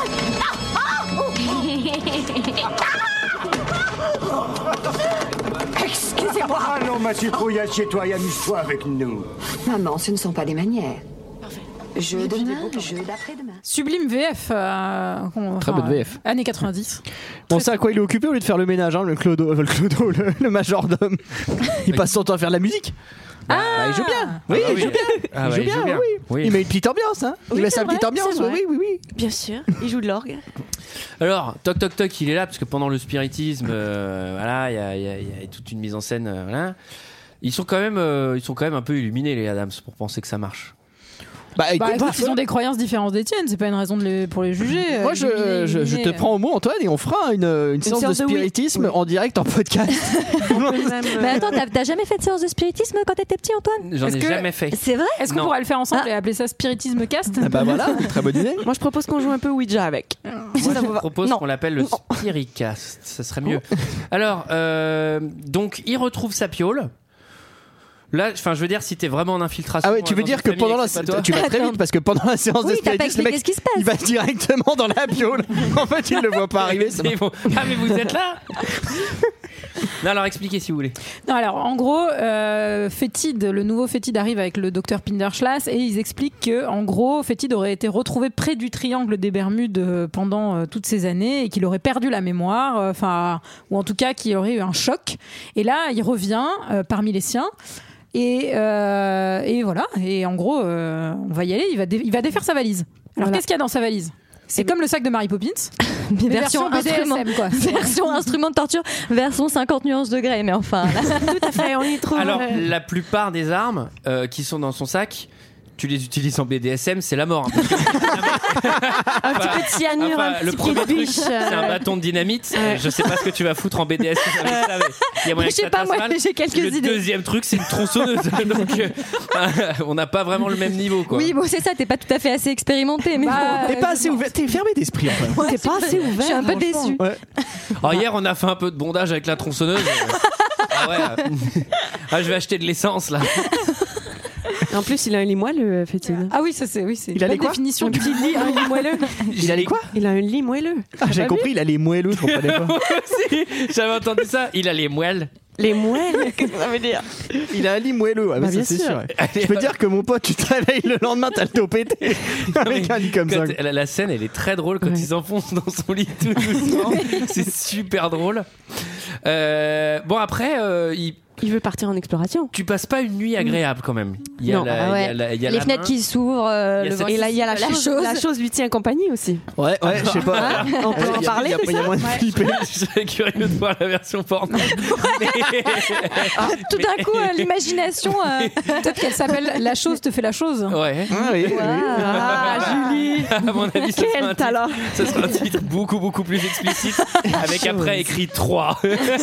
oh, oh. Excusez-moi! Allons, ma citrouille, assieds-toi et amuse-toi avec nous. Maman, ce ne sont pas des manières. Jeu demain, jeu d'après-demain. Sublime V F. Euh, on- Très enfin, bonne V F. euh, Années quatre-vingt-dix. Bon, ça, à quoi il est occupé au lieu de faire le ménage, hein, le clodo, euh, le, clodo le, le majordome. Il passe son temps à faire de la musique. Ah, Bah, il joue bien. Oui, Ah bah il oui. joue bien. Ah il bah, joue il bien, joue bien. oui. Oui. Il met une petite ambiance, hein. Oui, il met c'est sa vrai, petite ambiance, c'est vrai. oui, oui, oui. Bien sûr, il joue de l'orgue. Alors, toc toc toc, il est là parce que pendant le spiritisme, euh, voilà, il y a, il y a- il y a toute une mise en scène, euh, voilà. Ils sont quand même, euh, ils sont quand même un peu illuminés les Adams pour penser que ça marche. Bah, Bah, écoute, écoute, ils ont des croyances différentes des tiennes, c'est pas une raison de les, pour les juger. moi, euh, je, éliminer, je, je te éliminer. prends au mot, Antoine, et on fera une, une, séance, séance de de oui. spiritisme Oui. en direct en podcast. Mais attends, t'as, t'as jamais fait de séance de spiritisme quand t'étais petit, Antoine? J'en Est-ce ai que- jamais fait. C'est vrai? Est-ce qu'on Non. pourrait le faire ensemble Ah. et appeler ça Spiritisme Cast? Ah bah voilà, très bonne idée. Moi, je propose qu'on joue un peu Ouija avec. Moi, Ça je vous va propose Non. qu'on l'appelle le Spiricast. Ça serait mieux. Alors, euh, donc, il retrouve sa piole. Là, enfin, je veux dire, si t'es vraiment en infiltration. Ah ouais, tu veux dans dire une que famille pendant et la que c'est pas toi. tu vas très vite parce que pendant la séance Oui, de t'as pas spiritisme, le expliqué mec, ce qui se passe. il va directement dans la piole. En fait, il le voit pas arriver. ça Ils vont, ah, mais vous êtes là? Non, alors expliquez si vous voulez. Non, alors en gros, euh, Fétide, le nouveau Fétide arrive avec le docteur Pinderschlass et ils expliquent que, en gros, Fétide aurait été retrouvé près du triangle des Bermudes euh, pendant euh, toutes ces années et qu'il aurait perdu la mémoire, euh, enfin, ou en tout cas qu'il aurait eu un choc. Et là, il revient euh, parmi les siens. Et, euh, et voilà. Et en gros, euh, on va y aller. Il va, dé- il va défaire sa valise. Alors, Voilà. qu'est-ce qu'il y a dans sa valise? C'est comme le sac de Mary Poppins, mais version version B D S instrument. M, quoi. Version instrument de torture, version cinquante nuances degrés, mais enfin. Là. Tout à fait, on y trouve. Alors, euh, la plupart des armes euh, qui sont dans son sac, tu les utilises en B D S M, c'est la mort. hein, parce que- un petit peu de cyanure, Enfin, un le petit premier pied de truc, biche. c'est un euh, bâton de dynamite. Euh, Je sais pas ce que tu vas foutre en B D S M avec ça, mais il y a moyen Je que sais ça pas, te moi, fasse mal. j'ai quelques Le idées. deuxième truc, c'est une tronçonneuse. Donc, euh, on n'a pas vraiment le même niveau, quoi. Oui, bon, c'est ça, t'es pas tout à fait assez expérimenté, mais Bah, bon. T'es pas assez ouvert, t'es fermé d'esprit. En fait. Ouais, T'es pas assez ouvert. Je suis un peu franchement. déçue. Ouais. Alors, hier, on a fait un peu de bondage avec la tronçonneuse. Ah ouais. euh, ah, je vais acheter de l'essence là. En plus, il a un lit moelleux, Fétide. Ah oui, ça c'est oui, c'est Il a une les bonne quoi définition Un du petit lit, un lit moelleux. Il a les quoi? Il a un lit moelleux. Ah, j'avais compris, il a les moelleux, je comprenais pas. Moi aussi, j'avais entendu ça. Il a les moelles. Les moelles, qu'est-ce que ça veut dire? Il a un lit moelleux, ah, Bah, ça, bien c'est sûr. sûr. ouais. Je peux te dire que mon pote, tu te réveilles le lendemain, t'as le dos pété. Avec un lit comme ça. Quand- la, la scène, elle est très drôle quand Ouais. il s'enfonce dans son lit tout doucement. C'est super drôle. Euh, bon, après, euh, il- Il veut partir en exploration. tu passes pas une nuit agréable quand même. Il y a Non. la, Ah ouais. il y a la- il y a Les la fenêtres main. qui s'ouvrent, euh, Il y a le cette- vent Et là, qui il y a la, souffle, chose, la chose lui tient compagnie aussi. Ouais, ouais, je sais pas. Hein On peut Il y a- en parler Il y a, de il y a ça moins de flipper. Je serais curieux de voir la version porno. Tout d'un coup, euh, l'imagination. euh, Peut-être qu'elle s'appelle La chose te fait la chose. Ouais. Ah, oui, oui. Ah, Julie. À mon avis, ça sera, Quel un titre, talent. ça sera un titre beaucoup beaucoup plus explicite avec après écrit trois.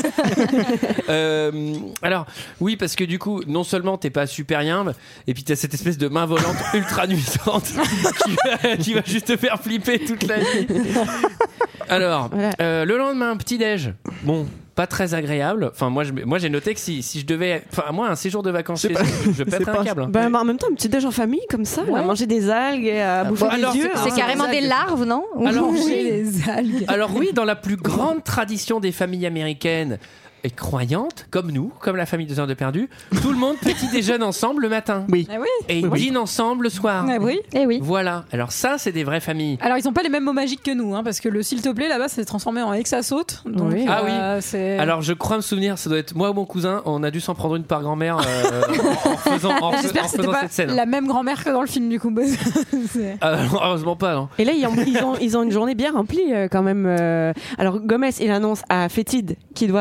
Euh, alors oui, parce que du coup non seulement t'es pas super yimbe et puis t'as cette espèce de main volante ultra nuisante qui, va, qui va juste te faire flipper toute la nuit. Alors Voilà. euh, le lendemain petit déj, bon, pas très agréable. Enfin moi je, moi j'ai noté que si, si je devais, enfin moi un séjour de vacances chez pas- eux, je pèterais c'est un pas- câble. Ben, en même temps, un petit déj en famille comme ça, à manger des algues et à bouffer bon, des alors, yeux. c'est- C'est hein. carrément des larves, non? Alors, Manger oui. les algues. Alors oui, dans la plus grande tradition des familles américaines et croyantes, comme nous, comme la famille deux heures de perdu, tout le monde petit déjeune ensemble le matin. Oui. Ah oui. Et ils dînent ensemble le soir. Ah oui. Eh oui. Voilà. Alors ça, c'est des vraies familles. Alors ils ont pas les mêmes mots magiques que nous, hein, parce que le s'il te plaît là-bas c'est transformé en hexasaute. Donc, Oui. Ah euh, c'est. Alors je crois me souvenir, ça doit être moi ou mon cousin, on a dû s'en prendre une par grand-mère euh, en, en faisant, en, J'espère en que c'était faisant pas cette scène. la même grand-mère que dans le film du coup. C'est- Euh, heureusement pas, non. Et là, ils ont, ils ont, ils ont une journée bien remplie euh, quand même. euh. Alors, Gomez, il annonce à Fétide qu'ils doivent aller, vi-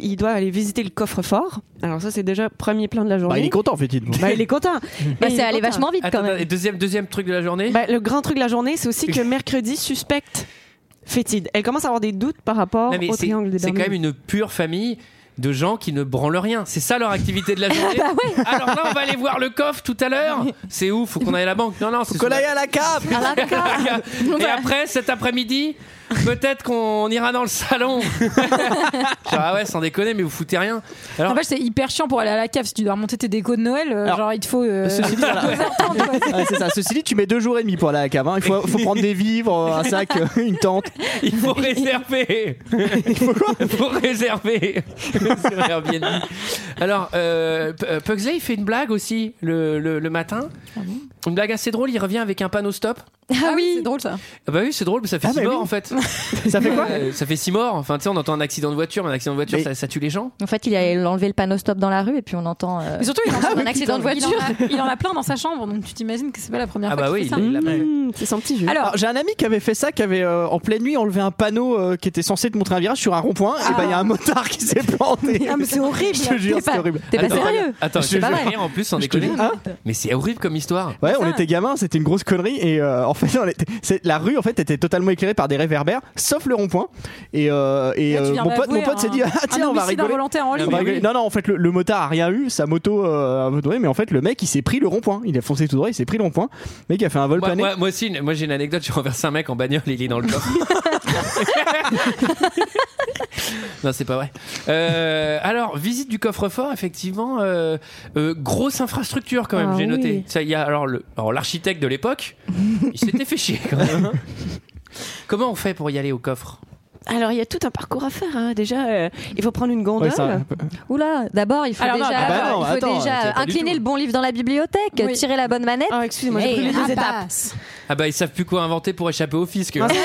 il doit aller visiter le coffre-fort. Alors ça, c'est déjà premier plan de la journée. Bah, il est content, fait-il. Bah, il est content. Bah, Et c'est il est allé content. vachement vite Attends, quand même. et deuxième, deuxième truc de la journée. Bah, le grand truc de la journée, c'est aussi que mercredi suspecte Fétide. Elle commence à avoir des doutes par rapport Non, mais au c'est, triangle des c'est quand Bermudes. même une pure famille de gens qui ne branlent rien. C'est ça leur activité de la journée. Bah ouais. Alors là, on va aller voir le coffre tout à l'heure. C'est où? Faut qu'on aille à la banque. Non, non, c'est Faut qu'on sous aille la- à la cave. À la cave. Et après, cet après-midi, peut-être qu'on ira dans le salon. Genre, ah ouais, sans déconner, mais vous foutez rien. Alors, En fait, c'est hyper chiant pour aller à la cave si tu dois remonter tes décos de Noël. euh, Alors, genre, il te faut. euh, Ceci dit, voilà. Ouais, c'est ça. Ceci dit, tu mets deux jours et demi pour aller à la cave. hein. Il faut, faut prendre des vivres, un sac, euh, une tente. il faut réserver. Il faut quoi Il faut réserver. Sur Airbnb. Alors, euh, P- euh, Pugsley, il fait une blague aussi le, le, le matin. Une blague assez drôle. Il revient avec un panneau stop. Ah oui, c'est drôle ça. Ah bah oui, c'est drôle, mais ça fait Ah six bah morts oui. en fait. Ça fait quoi Euh, Ça fait six morts. Enfin, tu sais, on entend un accident de voiture, mais un accident de voiture, Mais- ça, ça tue les gens. En fait, il a enlevé le panneau stop dans la rue et puis on entend euh, Mais surtout, il en a, un accident de il en voiture. a- il en a plein dans sa chambre, donc tu t'imagines que c'est pas la première Ah fois bah qu'il oui, fait ça. il l'a pas fait. Mmh, c'est son petit jeu. Alors, Alors, j'ai un ami qui avait fait ça, qui avait euh, en pleine nuit enlevé un panneau euh, qui était censé te montrer un virage sur un rond-point. Et bah, il y a un motard qui s'est planté. Ah, mais c'est horrible. Je te jure, T'es c'est pas- horrible. T'es pas Attends, sérieux? Attends, Je c'est te pas jure. vrai en plus, sans Je te déconner. jure. Hein Mais c'est horrible comme histoire. Ouais, on ça. était gamins, c'était une grosse connerie et euh, en fait, on était- c'est- la rue en fait était totalement éclairée par des réverbères, sauf le rond-point. Et, euh, et Là, tu euh, viens mon pote, d'avouer mon pote s'est un- dit ah tiens un on va homicide rigoler. involontaire en Non, ligne. On va mais rigoler. oui. Non non en fait le, le motard a rien eu, sa moto euh, a donné, mais en fait le mec il s'est pris le rond-point, il a foncé tout droit, il s'est pris le rond-point. Le mec a fait un vol Moi, plané. moi, moi aussi, une- moi j'ai une anecdote. J'ai renversé un mec en bagnole et il est dans le coffre. Non, c'est pas vrai. Euh, alors, visite du coffre-fort, effectivement, euh, euh, grosse infrastructure quand même. Ah j'ai oui. noté. Ça, il y a alors le, alors l'architecte de l'époque, il s'était fait chier quand même. Comment on fait pour y aller au coffre? Alors, il y a tout un parcours à faire. hein. Déjà, euh, il faut prendre une gondole. Ouais, ça- Oula, d'abord il faut Alors, non, déjà, ah bah non, il faut attends, déjà c'est pas du incliner tout. le bon livre dans la bibliothèque, Oui. tirer la bonne manette. Ah, excusez-moi, j'ai Et pris les deux étapes. rapace. Ah bah ils savent plus quoi inventer pour échapper au fisc. Ah,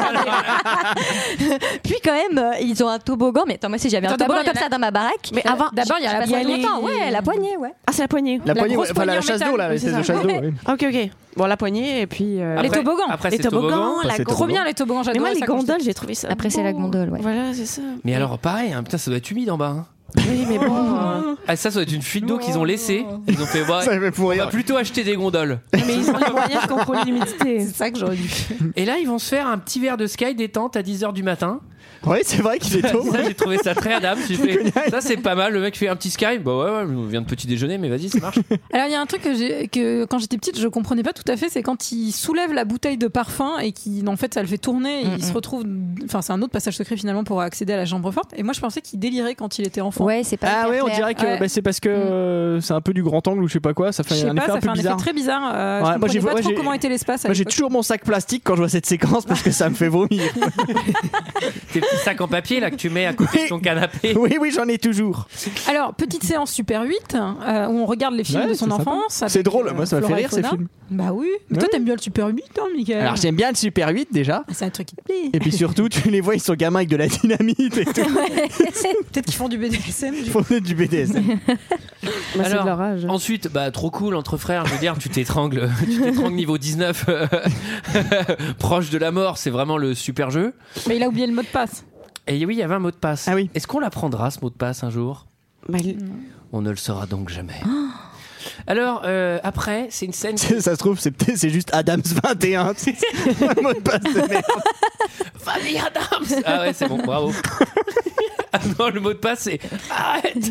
Puis quand même, euh, ils ont un toboggan. Mais attends, moi si j'avais un Attends, d'abord, toboggan il y comme en a- ça dans ma baraque. Mais avant, D'abord, il y a la je passerais poignée. longtemps. Ouais, la poignée, ouais. Ah, c'est la poignée. La La poignée, grosse enfin la poignée en chasse métal, d'eau là, oui, c'est l'espèce de ça. chasse d'eau. oui. Ok, ok. Bon, la poignée et puis. euh, Les toboggans. Après, les c'est toboggans, toboggan. la c'est Trop toboggan. bien les toboggans, Mais j'adore moi, ça les quand j'étais gondoles, j'ai trouvé ça. Après, c'est la beau. gondole, ouais. Voilà, c'est ça. Mais alors, pareil, hein, putain, ça doit être humide en bas. hein. Oui, mais bon. euh, Ah, ça, ça doit être une fuite d'eau qu'ils ont laissée. Ils ont fait, bah, Ça fait on pourrir. va plutôt acheter des gondoles. Mais ils ont les moyens de contrôler l'humidité. C'est ça que j'aurais dû faire. Et là, ils vont se faire un petit verre de Sky détente à dix heures du matin. Oui, c'est vrai qu'il est tôt. Ça, j'ai trouvé ça très Adam. J'ai fait, ça, c'est pas mal. Le mec fait un petit Sky. Bah ouais, ouais, je viens de petit déjeuner, mais vas-y, ça marche. Alors il y a un truc que, j'ai, que quand j'étais petite je comprenais pas tout à fait, c'est quand il soulève la bouteille de parfum et qui en fait ça le fait tourner et il se retrouve, enfin c'est un autre passage secret finalement pour accéder à la chambre forte. Et moi je pensais qu'il délirait quand il était enfant. Ouais, c'est pas. Ah hyper ouais, on clair. dirait que Ouais. bah, c'est parce que euh, c'est un peu du grand angle ou je sais pas quoi, ça Je fait sais un pas, effet ça un fait peu un effet bizarre. très bizarre. Euh, Ouais, je moi, comprenais j'ai- pas moi, trop j'ai- comment était l'espace. à Moi j'ai l'époque. toujours mon sac plastique quand je vois cette séquence parce que ça me fait vomir. Tes petits sacs en papier là que tu mets à côté de ton canapé. Oui, oui, j'en ai toujours. Alors petite séance Super huit euh, où on regarde les films Ouais, de son c'est sympa. enfance. C'est avec, drôle, euh, moi ça m'a fait Flora et rire ces Fauna. films. Bah oui. Mais toi Ouais. t'aimes bien le Super huit, hein, Michael. Alors j'aime bien le Super huit déjà. C'est un truc qui te plaît. Et puis surtout, tu les vois, ils sont gamins avec de la dynamite et tout. Peut-être qu'ils font du B D S M. Ils font du B D S M. Bah, c'est Alors, de leur âge. ensuite, bah trop cool entre frères. Je veux dire, tu t'étrangles, tu t'étrangles niveau dix-neuf, euh, proche de la mort. C'est vraiment le super jeu. Mais il a oublié le mot de passe. Et oui, il y avait un mot de passe. Ah oui. Est-ce qu'on l'apprendra ce mot de passe un jour? Bah, il- On ne le saura donc jamais. Alors euh, après, c'est une scène. C'est- Ça se trouve, c'est peut-être c'est juste Adams vingt et un. C'est un mot de passe de merde. Famille Adams. Ah ouais, c'est bon, bravo. Ah non, le mot de passe c'est arrête.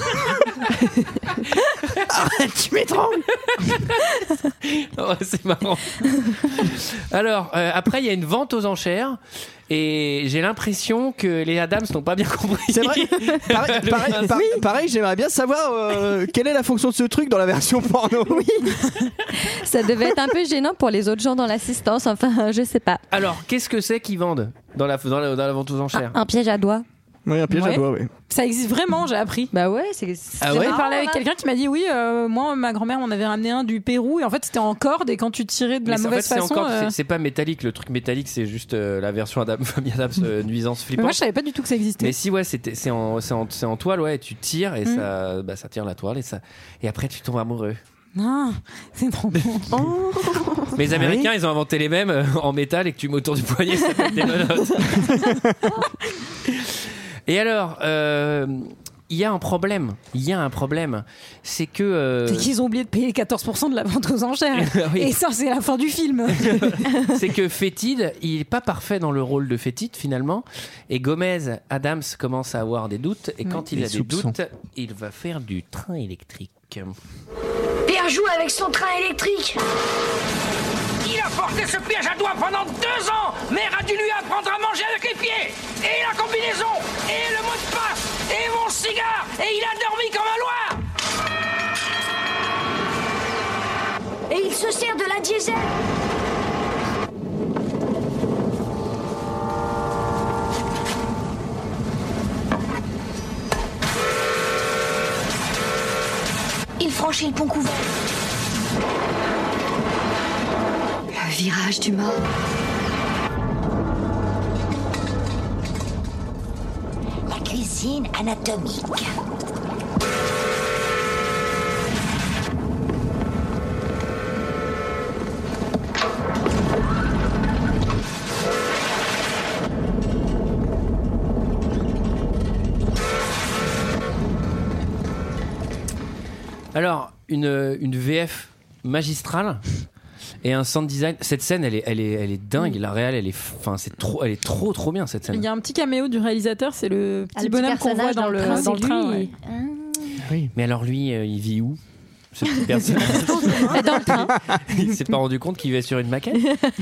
Arrête, tu m'étrangles. Oh, c'est marrant. Alors euh, après, il y a une vente aux enchères. Et j'ai l'impression que les Adams n'ont pas bien compris. C'est vrai. Pareil, Le pareil, principe. pareil, pareil, j'aimerais bien savoir euh, quelle est la fonction de ce truc dans la version porno. Oui. Ça devait être un peu gênant pour les autres gens dans l'assistance. Enfin, je sais pas. Alors, qu'est-ce que c'est qu'ils vendent dans la, dans la, dans la vente aux enchères? Un piège à doigts. Oui, un piège Ouais. à doigts, oui. Ça existe vraiment, j'ai appris. Bah ouais, c'est. Ah J'ai ouais parlé avec quelqu'un qui m'a dit oui, euh, moi ma grand-mère m'en avait ramené un du Pérou et en fait c'était en corde et quand tu tirais de la Mais c'est- en mauvaise fait, c'est façon. encore, euh, c'est- c'est pas métallique. Le truc métallique, c'est juste euh, la version Adam, Famille Adams euh, nuisance Mais flippante. moi je savais pas du tout que ça existait. Mais si ouais, c'était- c'est en, c'est en, c'est en toile, ouais. Tu tires et Mm. ça, bah, ça tire la toile et ça, et après tu tombes amoureux. Non, c'est trop bon. Oh. Mais les Américains, ils ont inventé les mêmes euh, en métal et que tu mets autour du poignet, ça fait des menottes. Et alors, euh, il y a un problème. Il y a un problème. C'est que. Euh... C'est qu'ils ont oublié de payer quatorze pour cent de la vente aux enchères. Oui. Et ça, c'est la fin du film. C'est que Fétide, il n'est pas parfait dans le rôle de Fétide finalement. Et Gomez Adams commence à avoir des doutes. Et quand Oui. il a Des des soupçons. doutes, il va faire du train électrique. Pierre joue avec son train électrique. Il a porté ce piège à doigts pendant deux ans. Mère a dû lui apprendre à manger avec les pieds. Et la combinaison. Et le mot de passe. Et mon cigare. Et il a dormi comme un loir. Et il se sert de la diesel. Il franchit le pont couvert. Le virage du mort. La cuisine anatomique. Alors, une, une V F magistrale et un sound design. Cette scène, elle est, elle est, elle est dingue. La réal, elle est, enfin, c'est trop, elle est trop, trop bien cette Il scène. y a un petit caméo du réalisateur, c'est le petit Ah, le petit bonhomme qu'on voit personnage dans, le, train, dans le c'est train. lui. ouais. Mais alors lui, euh, il vit où ce petit personnage? Dans le train. Il s'est pas rendu compte qu'il vivait sur une maquette.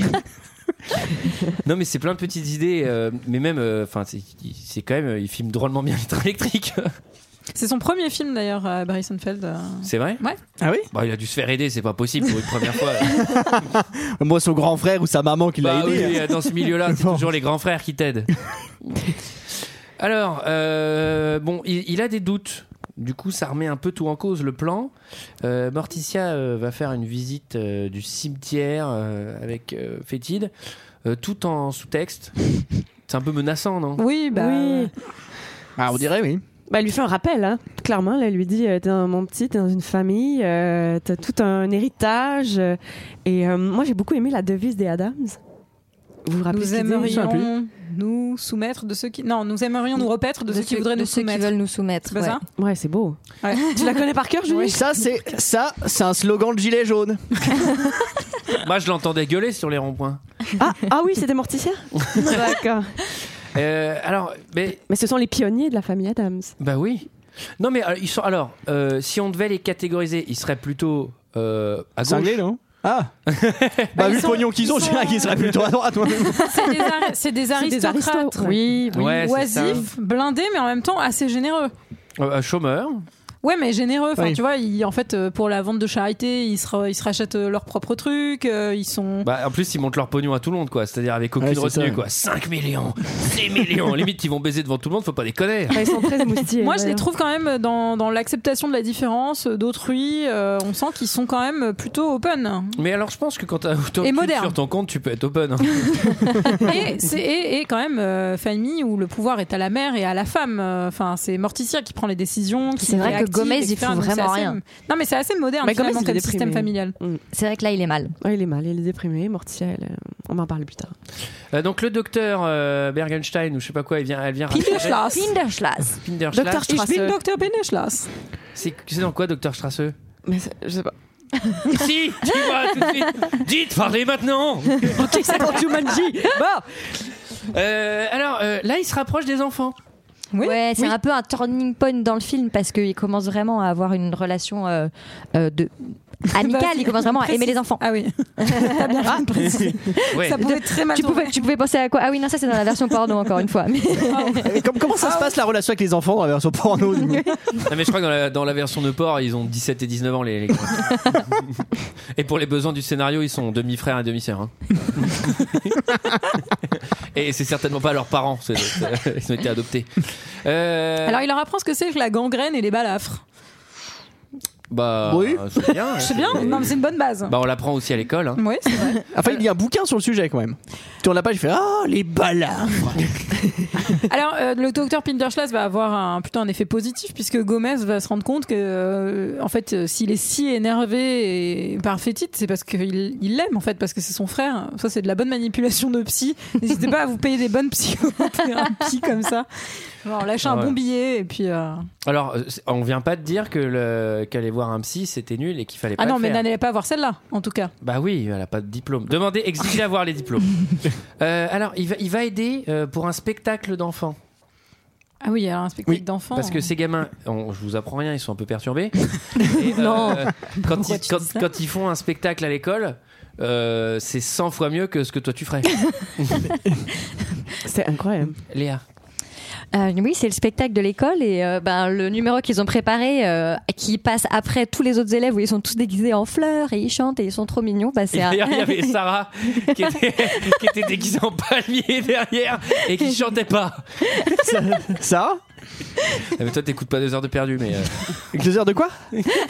Non, mais c'est plein de petites idées. euh, mais même, enfin, c'est, c'est quand même, il filme drôlement bien les trains électriques. C'est son premier film d'ailleurs, à Barry Sonnenfeld. euh. C'est vrai? Ouais. Ah oui? Bah, il a dû se faire aider, c'est pas possible pour une première fois. Moi, son grand frère ou sa maman qui l'a Bah aidé. oui, dans ce milieu-là, c'est toujours les grands frères qui t'aident. Alors, euh, bon, il, il a des doutes. Du coup, ça remet un peu tout en cause, le plan. Euh, Morticia euh, va faire une visite euh, du cimetière euh, avec euh, Fétide, euh, tout en sous-texte. C'est un peu menaçant, non? Oui, bah. Oui. Ah, on dirait, oui. Bah, elle lui fait un rappel, hein. Clairement. Là, elle lui dit euh, t'es dans, mon petit, t'es dans une famille, euh, t'as tout un héritage. euh, et euh, moi, j'ai beaucoup aimé la devise des Adams. Vous vous rappelez Nous ce qu'ils disent? aimerions nous soumettre de ceux qui. Non, nous aimerions nous repaître de, ceux qui voudraient de nous ceux qui soumettre. veulent nous soumettre. C'est pas ouais. ça? Ouais, c'est beau. Ouais. Tu la connais par cœur, Julie? Oui. Ça, c'est, ça, c'est un slogan de gilet jaune. Moi, je l'entendais gueuler sur les ronds-points. Ah, ah oui, c'était Morticia. D'accord. Euh, alors, mais, Mais ce sont les pionniers de la famille Adams. bah oui. Non, mais euh, ils sont. Alors, euh, si on devait les catégoriser, ils seraient plutôt euh, à gauche. Cinglé, non? Ah bah, vu le sont- pognon qu'ils ont, ils je sont- dirais qu'ils seraient plutôt à droite. moi. C'est des, ari- c'est des aristocrates. aristos, oui, oui. Ouais, c'est ça. Oisifs, blindés, mais en même temps assez généreux. Euh, chômeur. Ouais, mais généreux. Enfin, Oui. tu vois, ils, en fait, euh, pour la vente de charité, ils se, ra- ils se rachètent euh, leurs propres trucs. euh, ils sont. Bah, en plus, ils montent leur pognon à tout le monde, quoi. C'est-à-dire avec aucune Ouais, c'est retenue, ça. quoi. cinq millions, six millions. Limite, ils vont baiser devant tout le monde, faut pas déconner. Ah, ils sont très émoustillés. Moi, je les d'ailleurs. trouve quand même dans, dans l'acceptation de la différence euh, d'autrui. euh, on sent qu'ils sont quand même plutôt open. Mais alors, je pense que quand t'as autant Et de thunes moderne. sur ton compte, tu peux être open. hein. et, c'est, et, et quand même, euh, famille où le pouvoir est à la mère et à la femme. Enfin, c'est Morticia qui prend les décisions. Qui C'est vrai est que active, Gomez, et il cetera. fout Donc, c'est vraiment assez- rien. Non, mais c'est assez moderne Mais Gomez, finalement il est comme système déprimé. familial. Mm. C'est vrai que là, il est mal. Ouais, il est mal, il est déprimé. Morticia, elle, euh, on va en parler plus tard. Euh, donc, le docteur euh, Bergenstein, ou je sais pas quoi, il vient, elle vient Pinderschlass. Pinderschlass. Pinderschlass. Docteur Ich Strasse. bin Docteur Pinderschlass. C'est, c'est dans quoi, docteur Strasse? Mais c'est- je sais pas. Si, dis-moi tout de suite. Dites, parlez maintenant. Ok, c'est pour Jumanji. Bon. Euh, alors, euh, là, il se rapproche des enfants. Oui. Ouais, c'est Oui. un peu un turning point dans le film parce qu'il commence vraiment à avoir une relation euh, euh, de amicale. Vas-y, Il commence vraiment à précise. aimer les enfants. Ah oui. T'as bien fait de préciser. Ouais. Ça pouvait très mal Tu tourner. pouvais, tu pouvais penser à quoi? Ah oui, non, ça c'est dans la version porno encore une fois. Mais... Et comme- comment ça se passe la relation avec les enfants dans la version porno du coup Non, mais je crois que dans la, dans la version de porc, ils ont dix-sept et dix-neuf ans, les, les gars. Et pour les besoins du scénario, ils sont demi-frères et demi-sœurs. hein. Et c'est certainement pas leurs parents, c'est- c'est- ils ont été adoptés. Euh, Alors il leur apprend ce que c'est que la gangrène et les balafres. Bah, Oui. c'est bien. C'est bien, non, mais c'est une bonne base. Bah, on l'apprend aussi à l'école. Hein. Oui, c'est vrai. Enfin, il y a un bouquin sur le sujet quand même. Tu tournes la page, il fait ah les balafres. Alors, euh, le docteur Pinterschlass va avoir un, plutôt un effet positif puisque Gomez va se rendre compte que, euh, en fait, euh, s'il est si énervé et par Fétide, c'est parce qu'il il l'aime, en fait, parce que c'est son frère. Ça, c'est de la bonne manipulation de psy. N'hésitez pas à vous payer des bonnes psychothérapies comme ça. Genre, lâcher un Ouais. bon billet et puis. Euh... Alors, euh, c'est- on vient pas de dire que le, qu'aller voir un psy c'était nul et qu'il fallait pas Ah non, le mais faire. n'allez pas voir celle-là, en tout cas. Bah oui, elle a pas de diplôme. Demandez, exigez à voir les diplômes. Euh, alors, il va, il va aider euh, pour un spectacle d'enfants. Ah oui, alors un spectacle d'enfants. Parce que ces gamins, on, je vous apprends rien, ils sont un peu perturbés. Et, euh, Non. Quand Pourquoi ils, tu quand, dis ça quand ils font un spectacle à l'école, euh, c'est cent fois mieux que ce que toi tu ferais. C'est incroyable. Léa. Euh, oui, c'est le spectacle de l'école et euh, ben, le numéro qu'ils ont préparé, euh, qui passe après tous les autres élèves où ils sont tous déguisés en fleurs et ils chantent et ils sont trop mignons. Bah, c'est Et un- d'ailleurs, il y avait Sarah qui était, qui était déguisée en palmier derrière et qui chantait pas. Ça Ah, mais toi, t'écoutes pas deux heures de perdu, mais. Euh... Deux heures de quoi?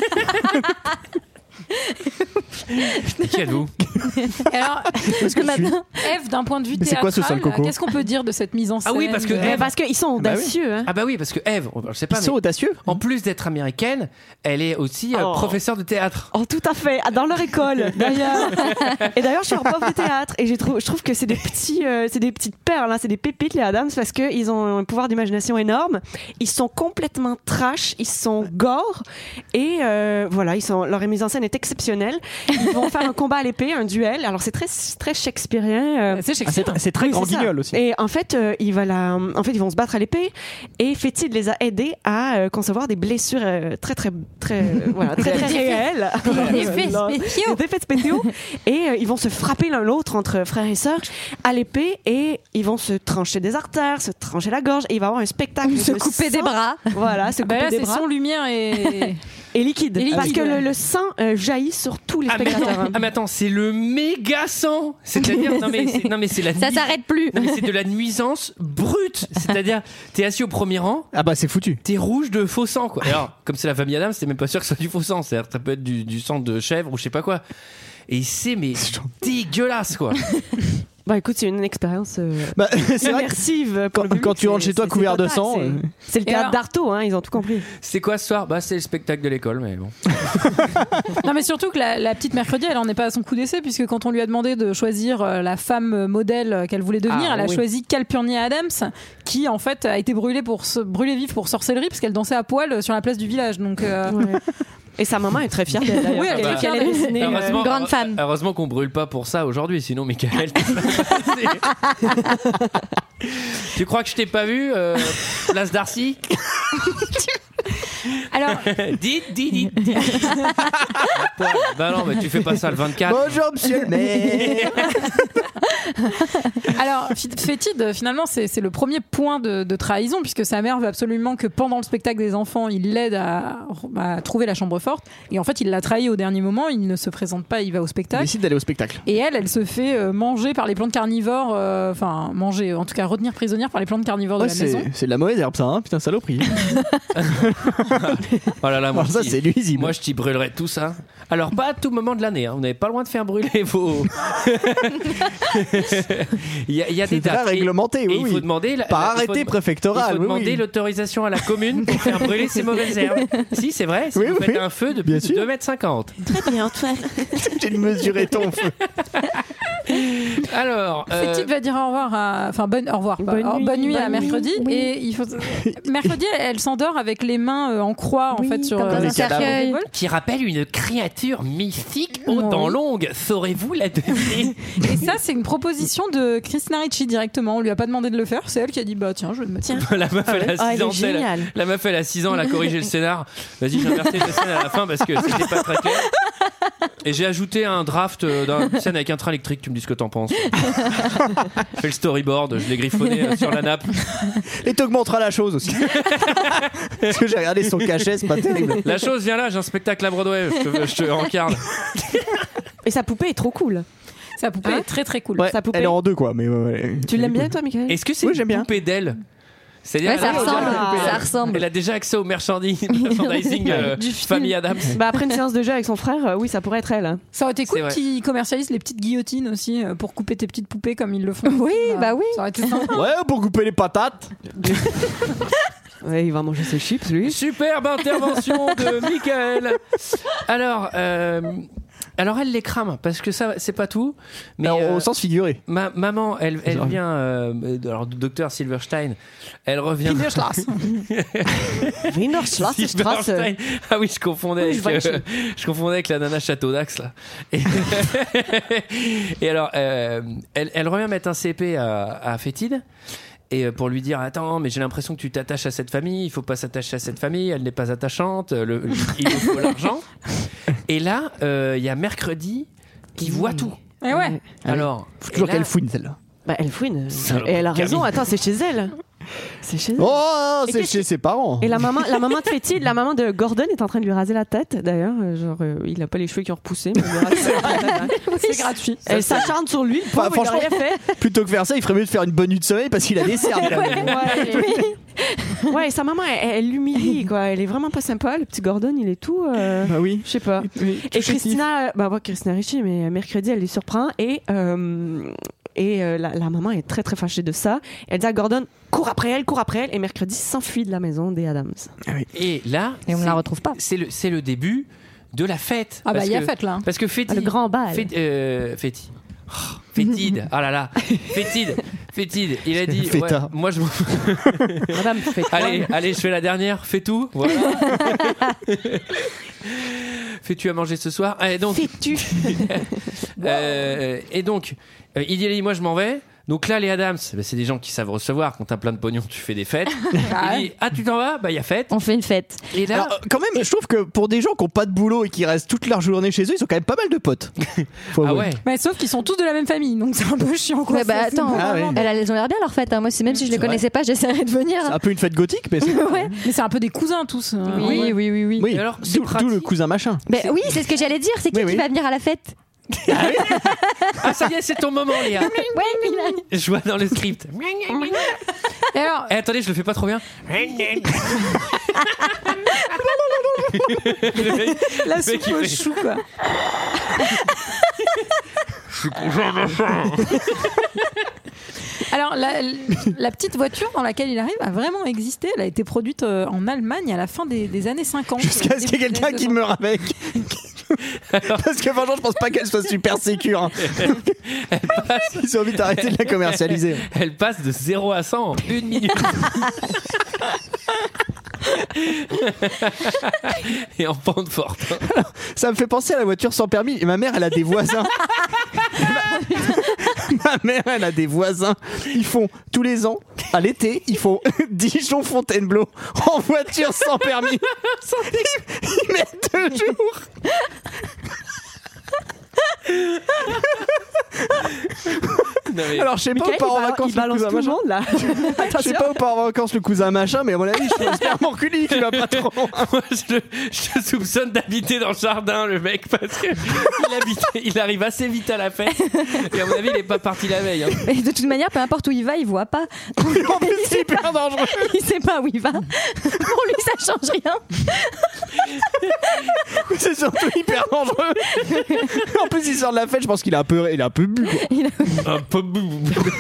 Qui êtes-vous? Alors, Parce que je suis- Eve, d'un point de vue Mais c'est quoi ce théâtral, sale coco qu'est-ce qu'on peut dire de cette mise en scène Ah oui, parce que de- Eve- Parce qu'ils sont Ah bah oui. audacieux. Hein. Ah bah oui, parce que Eve, je sais pas, Ils sont mais audacieux. en plus d'être américaine, elle est aussi euh, Oh. professeure de théâtre. Oh, tout à fait, dans leur école d'ailleurs. Et d'ailleurs, je suis en prof de théâtre et j'ai trou- je trouve que c'est des petits, euh, c'est des petites perles, hein, c'est des pépites les Adams parce que ils ont un pouvoir d'imagination énorme. Ils sont complètement trash, ils sont gore et euh, voilà, ils sont, leur mise en scène est exceptionnelle. Ils vont faire un combat à l'épée, un duel. Alors c'est très très shakespearien. euh, C'est Ah, Shakespeare. c'est, c'est très oui, grand c'est ça. guignol aussi. Et en fait, euh, il va la, en fait, ils vont se battre à l'épée. Et Fétide les a aidés à euh, concevoir des blessures euh, très, très, très, euh, voilà, très, très réelles. Des effets Non, spéciaux. Des effets spéciaux. Et euh, ils vont se frapper l'un l'autre entre frères et sœurs à l'épée. Et ils vont se trancher des artères, se trancher la gorge. Et il va y avoir un spectacle. Se de couper sang. des bras. Voilà, se Ah bah couper là, des c'est bras. son, lumière et. Et liquide. Et liquide, Parce que ouais. le, le sang euh, jaillit sur tous les Ah mais, spectateurs. attends, ah mais attends, c'est le méga sang. C'est-à-dire, non mais c'est, non mais c'est la Ça nui- s'arrête plus. Non mais c'est de la nuisance brute. C'est-à-dire, t'es assis au premier rang, Ah bah c'est foutu. t'es rouge de faux sang quoi. Alors, comme c'est la famille Adams, c'est même pas sûr que ce soit du faux sang. C'est-à-dire, ça peut être du, du sang de chèvre ou je sais pas quoi. Et c'est mais dégueulasse quoi. Bah écoute, c'est une expérience euh, Bah, c'est vrai que immersive. quand, pour le public, quand tu rentres c'est- chez toi c'est- couvert c'est de total, sang. c'est- euh, C'est le Et théâtre alors- d'Artaud, hein, ils ont tout compris. C'est quoi ce soir? Bah c'est le spectacle de l'école, mais bon. Non, mais surtout que la, la petite mercredi, elle en est pas à son coup d'essai, puisque quand on lui a demandé de choisir euh, la femme modèle qu'elle voulait devenir, Ah, elle a oui. choisi Calpurnia Adams, qui en fait a été brûlée pour se brûler vive pour sorcellerie, parce qu'elle dansait à poil sur la place du village. Donc. euh, Et sa maman est très fière d'elle. d'ailleurs. Oui, elle est Qu'elle- très fière qu'elle ait d'elle. dessiné, euh, Heureusement- grande femme. Heureusement qu'on brûle pas pour ça aujourd'hui, sinon Michael. Tu crois que je t'ai pas vu, euh, place Darcy? Alors, Dites, dites, dites, dites. Bah non, mais tu fais pas ça le vingt-quatre. Bonjour monsieur le maire. alors F- Fétide, finalement, c'est c'est le premier point de, de trahison, puisque sa mère veut absolument que pendant le spectacle des enfants, il l'aide à, à trouver la chambre forte. Et en fait, il l'a trahi au dernier moment. Il ne se présente pas, il va au Il spectacle. décide d'aller au spectacle. Et elle, elle se fait euh, manger par les plantes carnivores, euh, enfin manger, en tout cas retenir prisonnière par les plantes carnivores Ouais, de la c'est, maison. c'est de la mauvaise herbe ça, hein. Putain saloperie. Oh là là, moi, Alors ça je t'y- c'est nuisible. moi je t'y brûlerai tout ça. Alors pas à tout moment de l'année, hein. Vous n'avez pas le droit de faire brûler vos. il y a, il y a des C'est très dates. Et- réglementé, oui, et il faut oui. demander la- Par il faut arrêté dem- préfectoral, Il faut oui, demander oui. l'autorisation à la commune pour faire brûler ces mauvaises herbes. Si c'est vrai, si Oui, vous oui. faites un feu de Bien plus de sûr. deux mètres cinquante. Très bien, Antoine. J'ai mesuré ton feu. Alors, euh, Fétide va dire au revoir à, enfin bonne, au revoir, pas- Bonne oh, nuit, bonne nuit à bonne mercredi. nuit, oui. Et il faut, mercredi, elle, elle s'endort avec les mains euh, en croix en Oui, fait sur comme euh, dans un le cercueil. bol. qui rappelle une créature mystique aux Oui. dents longues. Saurez-vous la deviner? Et ça, c'est une proposition de Christina Ricci directement. On lui a pas demandé de le faire. C'est elle qui a dit bah tiens, je vais me mettre. Tiens. La meuf, elle a Ah, six elle est ans. elle- géniale. La meuf, elle a six ans, elle a corrigé le scénar. Vas-y, j'ai inversé le scénar à la fin parce que c'était pas très clair. Et j'ai ajouté un draft euh, d'une scène avec un train électrique. Tu me dis ce que t'en penses. Je fais le storyboard, je l'ai griffonné euh, sur la nappe. Et t'augmenteras la chose aussi. Parce que j'ai regardé son cachet, c'est pas terrible. La chose vient là, j'ai un spectacle à Broadway. Je te, je te rencarne. Et sa poupée est trop cool. Sa poupée Hein est très très cool. Ouais, Sa poupée. elle est en deux quoi. Mais ouais, ouais. Tu l'aimes bien, toi, Michael? Est-ce que c'est Oui, une j'aime bien. poupée d'elle? C'est-à-dire, Ouais, ça elle a- ressemble, elle a- ça ressemble. Elle a déjà accès au merchandising, merchandising euh, Du film. Famille Adams. Bah après une séance de jeu avec son frère, euh, oui, ça pourrait être elle. hein. Ça aurait été C'est cool vrai. qu'ils commercialisent les petites guillotines aussi euh, pour couper tes petites poupées comme ils le font. Oui, bah oui. Ça aurait été sympa. Ouais, pour couper les patates. Ouais, il va manger ses chips, lui. Superbe intervention de Michael. Alors, euh, alors elle les crame parce que ça, c'est pas tout. Mais Alors, euh, au sens figuré. ma maman, elle, elle Ça vient. Euh, alors, docteur Silverstein, elle revient. Silverstein. Ah oui, je confondais Oui, je avec, vois euh, je confondais avec la nana Château d'Axe là. Et, et alors, euh, elle, elle revient mettre un C P à, à Fétide. Et euh, pour lui dire attends mais j'ai l'impression que tu t'attaches à cette famille, il faut pas s'attacher à cette famille, elle n'est pas attachante, le, il nous faut l'argent. Et là euh, il y a mercredi qui voit tout. Et ouais. Alors Faut toujours et là- qu'elle fouine celle-là. Bah elle fouine. Salope Et elle a raison. Camille. Attends, c'est chez elle. C'est chez elle. Oh, Et c'est qu'est-ce chez ses parents. Et la maman, la maman de Fétide, la maman de Gordon est en train de lui raser la tête. D'ailleurs, euh, genre euh, il a pas les cheveux qui ont repoussé. Mais il lui rase la tête. C'est gratuit. Elle s'acharne sur lui. Le pauvre, Enfin, il a rien fait. Plutôt que faire ça, il ferait mieux de faire une bonne nuit de sommeil parce qu'il a des cernes. quand même. Ouais, ouais, sa maman, elle, elle l'humilie, quoi. Elle est vraiment pas sympa. Le petit Gordon, il est tout. euh, Bah oui. Je sais pas. Oui, tout Et chétif. Christina, euh, bah pas Christina Ricci, mais euh, mercredi, elle les surprend et euh, et euh, la, la maman est très très fâchée de ça. Elle dit à Gordon, cours après elle, cours après elle, et mercredi s'enfuit de la maison des Adams. Et là Et on ne c'est- la retrouve pas. C'est le c'est le début de la fête. Ah bah Parce il y a que- fête là. Parce que Fétide, Ah, le grand bal. Fét- euh, Féti- Oh, Fétide, oh là là, Fétide, Fétide, il a dit, Feta. ouais, moi je. Madame fait allez, allez, je fais la dernière, fais tout, voilà. Fais-tu à manger ce soir? Allez, donc. Fais-tu Euh, et donc, euh, il dit, moi je m'en vais. Donc là, les Adams, bah, c'est des gens qui savent recevoir. Quand t'as plein de pognon, tu fais des fêtes. Il dit, ah, tu t'en vas? Bah, il y a fête. On fait une fête. Et là, Alors, euh, quand même, je trouve que pour des gens qui n'ont pas de boulot et qui restent toute leur journée chez eux, ils ont quand même pas mal de potes. Faut ah avouer. ouais. Mais sauf qu'ils sont tous de la même famille, donc c'est un peu chiant quoi. Ouais, bah C'est- c'est attends, Ah, oui. elle, elles ont l'air bien leur fête. hein. Moi, c'est même si je les C'est vrai. connaissais pas, j'essaierais de venir. C'est un peu une fête gothique, mais c'est. Ouais. Mais c'est un peu des cousins tous. euh, Oui, ouais. oui, oui, oui. Oui, Et alors, c'est d'où pratique. d'où le cousin machin. Ben oui, c'est ce que j'allais dire. C'est qui Oui, qui oui. va venir à la fête? Ah, ça y est, c'est ton moment, Léa. Ouais, Je vois dans le script. Et alors, Eh, attendez, je le fais pas trop bien. la Le mec, soupe il au fait- chou quoi. Alors la, la petite voiture dans laquelle il arrive a vraiment existé. Elle a été produite euh, en Allemagne à la fin des, des années cinquante. Jusqu'à ce qu'il y ait quelqu'un qui meurt avec. Parce que franchement, je pense pas qu'elle soit super sécure. hein. Ils ont envie d'arrêter de la commercialiser. Elle passe de zéro à cent en une minute. Et en pente forte. Ça me fait penser à la voiture sans permis. Et ma mère, elle a des voisins. ma... ma mère, elle a des voisins. Ils font tous les ans, à l'été, ils font Dijon-Fontainebleau en voiture sans permis. Ils, ils mettent deux jours. Non, mais- Alors, je sais pas où Michael, part en il ba- vacances il le balance cousin tout le machin. monde là. Je sais pas où part en vacances le cousin machin, mais à mon avis, je pense clairement que lui, il va pas trop loin. Moi, je, le- je le soupçonne d'habiter dans le jardin, le mec, parce que il, habite, il arrive assez vite à la fête. Et à mon avis, il est pas parti la veille. hein. Mais de toute manière, peu importe où il va, il voit pas. En plus, c'est hyper dangereux. Il sait pas où il va. Pour lui, ça change rien. C'est surtout hyper dangereux. En plus, il sort de la fête, je pense qu'il a un peu, il a un peu bu. quoi. Un peu bou-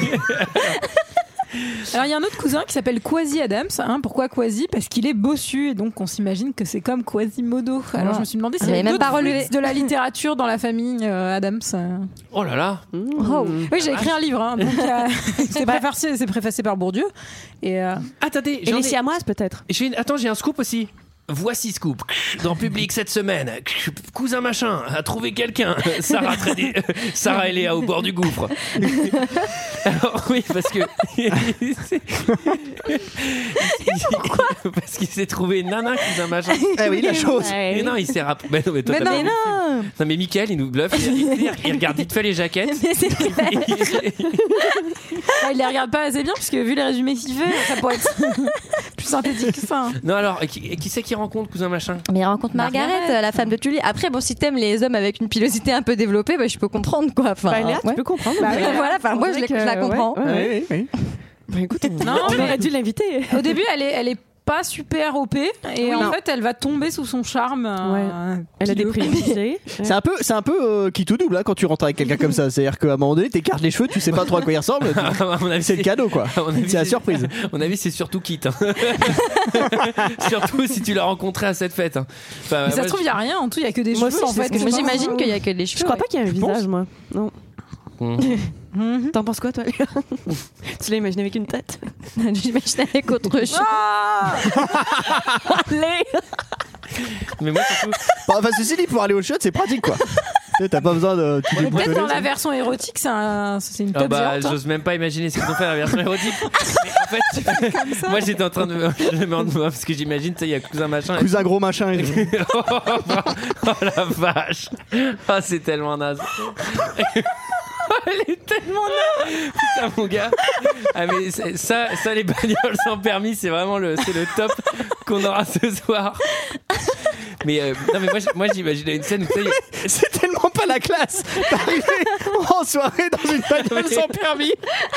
Alors il y a un autre cousin qui s'appelle Quasi Adams. Hein. Pourquoi Quasi? Parce qu'il est bossu et donc on s'imagine que c'est comme Quasimodo. Alors je me suis demandé s'il y J'avais avait même pas d'autres relevé. fruits de la littérature dans la famille euh, Adams. euh. Oh là là. Oh. Oui, j'ai écrit un livre. Hein, donc, euh, c'est préfacé, c'est préfacé par Bourdieu. Et euh, Attendez, Et j'en les ai- siamoises peut-être. j'ai une- Attends, j'ai un scoop aussi. Voici Scoop. Dans Public cette semaine, cousin machin a trouvé quelqu'un. Sarah, très dé- Sarah et Léa au bord du gouffre. Alors oui, parce que pourquoi? Parce qu'il s'est trouvé une nana, cousin machin. Eh oui, la chose. Mais non, il s'est rapp... Mais non, mais toi, Mais t'as non, pas vu le film. Non, mais Mickaël, il nous bluffe. Il, il- il regarde vite fait les jaquettes. Mais c'est clair. ah, il les regarde pas assez bien parce que vu les résumés qu'il fait, ça pourrait être plus synthétique que ça. hein. Non, alors, qui, qui c'est qui rencontre cousin machin? Mais il rencontre Margaret, Margaret. la femme de Tully. Après, bon, si t'aimes les hommes avec une pilosité un peu développée, bah, je peux comprendre quoi. Enfin, Bah, Léa, ouais. tu peux comprendre. Bah, oui, voilà, enfin, moi, je, C'est les- vrai je la que, comprends. ouais, ouais. Oui, oui, oui. Bah, écoute, on, Non, on mais- aurait dû l'inviter. Au début, elle est, elle est pas super O P et Oui. en Non. fait, elle va tomber sous son charme. euh, Elle a des pileux. préjugés. C'est un peu, c'est un peu euh, qui tout double hein, quand tu rentres avec quelqu'un comme ça. C'est-à-dire qu'à un moment donné, t'écartes les cheveux, tu sais pas trop à quoi il ressemble. À mon avis, C'est le cadeau quoi. à mon avis, C'est la surprise. À mon avis, c'est surtout Kit. hein. Surtout si tu l'as rencontré à cette fête. hein. Enfin, Mais ça moi, se trouve, il y a rien en tout, il y a que des Moi cheveux aussi, en c'est fait. ce que Moi, C'est pas- j'imagine qu'il y a que les cheveux. Je crois ouais. pas qu'il y a un visage, moi. Non. Mm. T'en penses quoi, toi, Léa? Tu l'as imaginé avec une tête? J'imagine avec autre chose. Ah Allez. Mais moi, surtout, Bon, enfin, ceci dit, pour aller au shot, c'est pratique quoi. Tu sais, T'as pas besoin de. Tu Mais peut-être déboutonner, dans la ça. version érotique, c'est un- c'est une ah tête bah, géante. hein. j'ose même pas imaginer ce qu'ils ont fait à la version érotique. Mais en fait, moi j'étais en train de me, je me demande, moi, parce que j'imagine, tu sais, il y a cousin machin. et- Cousin gros machin. et- oh, oh la vache. Oh, c'est tellement naze. Elle est tellement naze. Putain, mon gars. Ah, mais c'est- ça, ça, les bagnoles sans permis, c'est vraiment le, c'est le top qu'on aura ce soir. Mais euh, non, mais moi, j'- moi j'imaginais une scène où tu sais, C'est tellement pas la classe d'arriver en soirée dans une bagnole sans permis.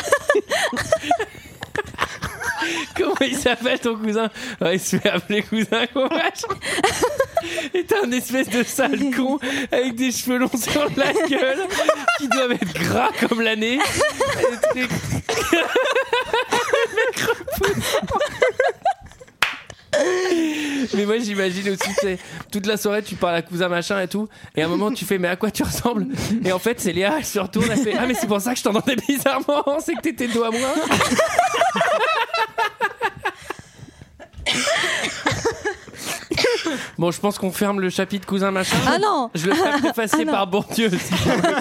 comment il s'appelle ton cousin? Ouais, il se fait appeler cousin gros machin. Et t'as un espèce de sale con avec des cheveux longs sur la gueule qui doivent être gras comme l'année. Des trucs- Le mec repoussant. Mais moi j'imagine aussi, tu sais, toute la soirée tu parles à cousin machin et tout, et à un moment tu fais mais à quoi tu ressembles? Et en fait c'est Léa, elle se retourne, elle fait ah mais c'est pour ça que je t'entendais bizarrement, c'est que t'étais dos à moi. Bon, je pense qu'on ferme le chapitre cousin machin. Ah non. Je le ferai effacer Ah non. par Bourdieu. Si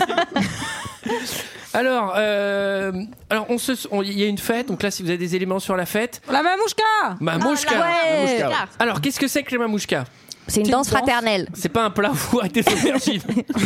alors, euh, alors on se, on- il y a une fête. Donc là, si vous avez des éléments sur la fête, La mamouchka. mamouchka. Ouais. Mamouchka, ouais. Alors, qu'est-ce que c'est que les mamouchka? C'est une C'est danse une danse. fraternelle. C'est pas un plat fou avec des aubergines.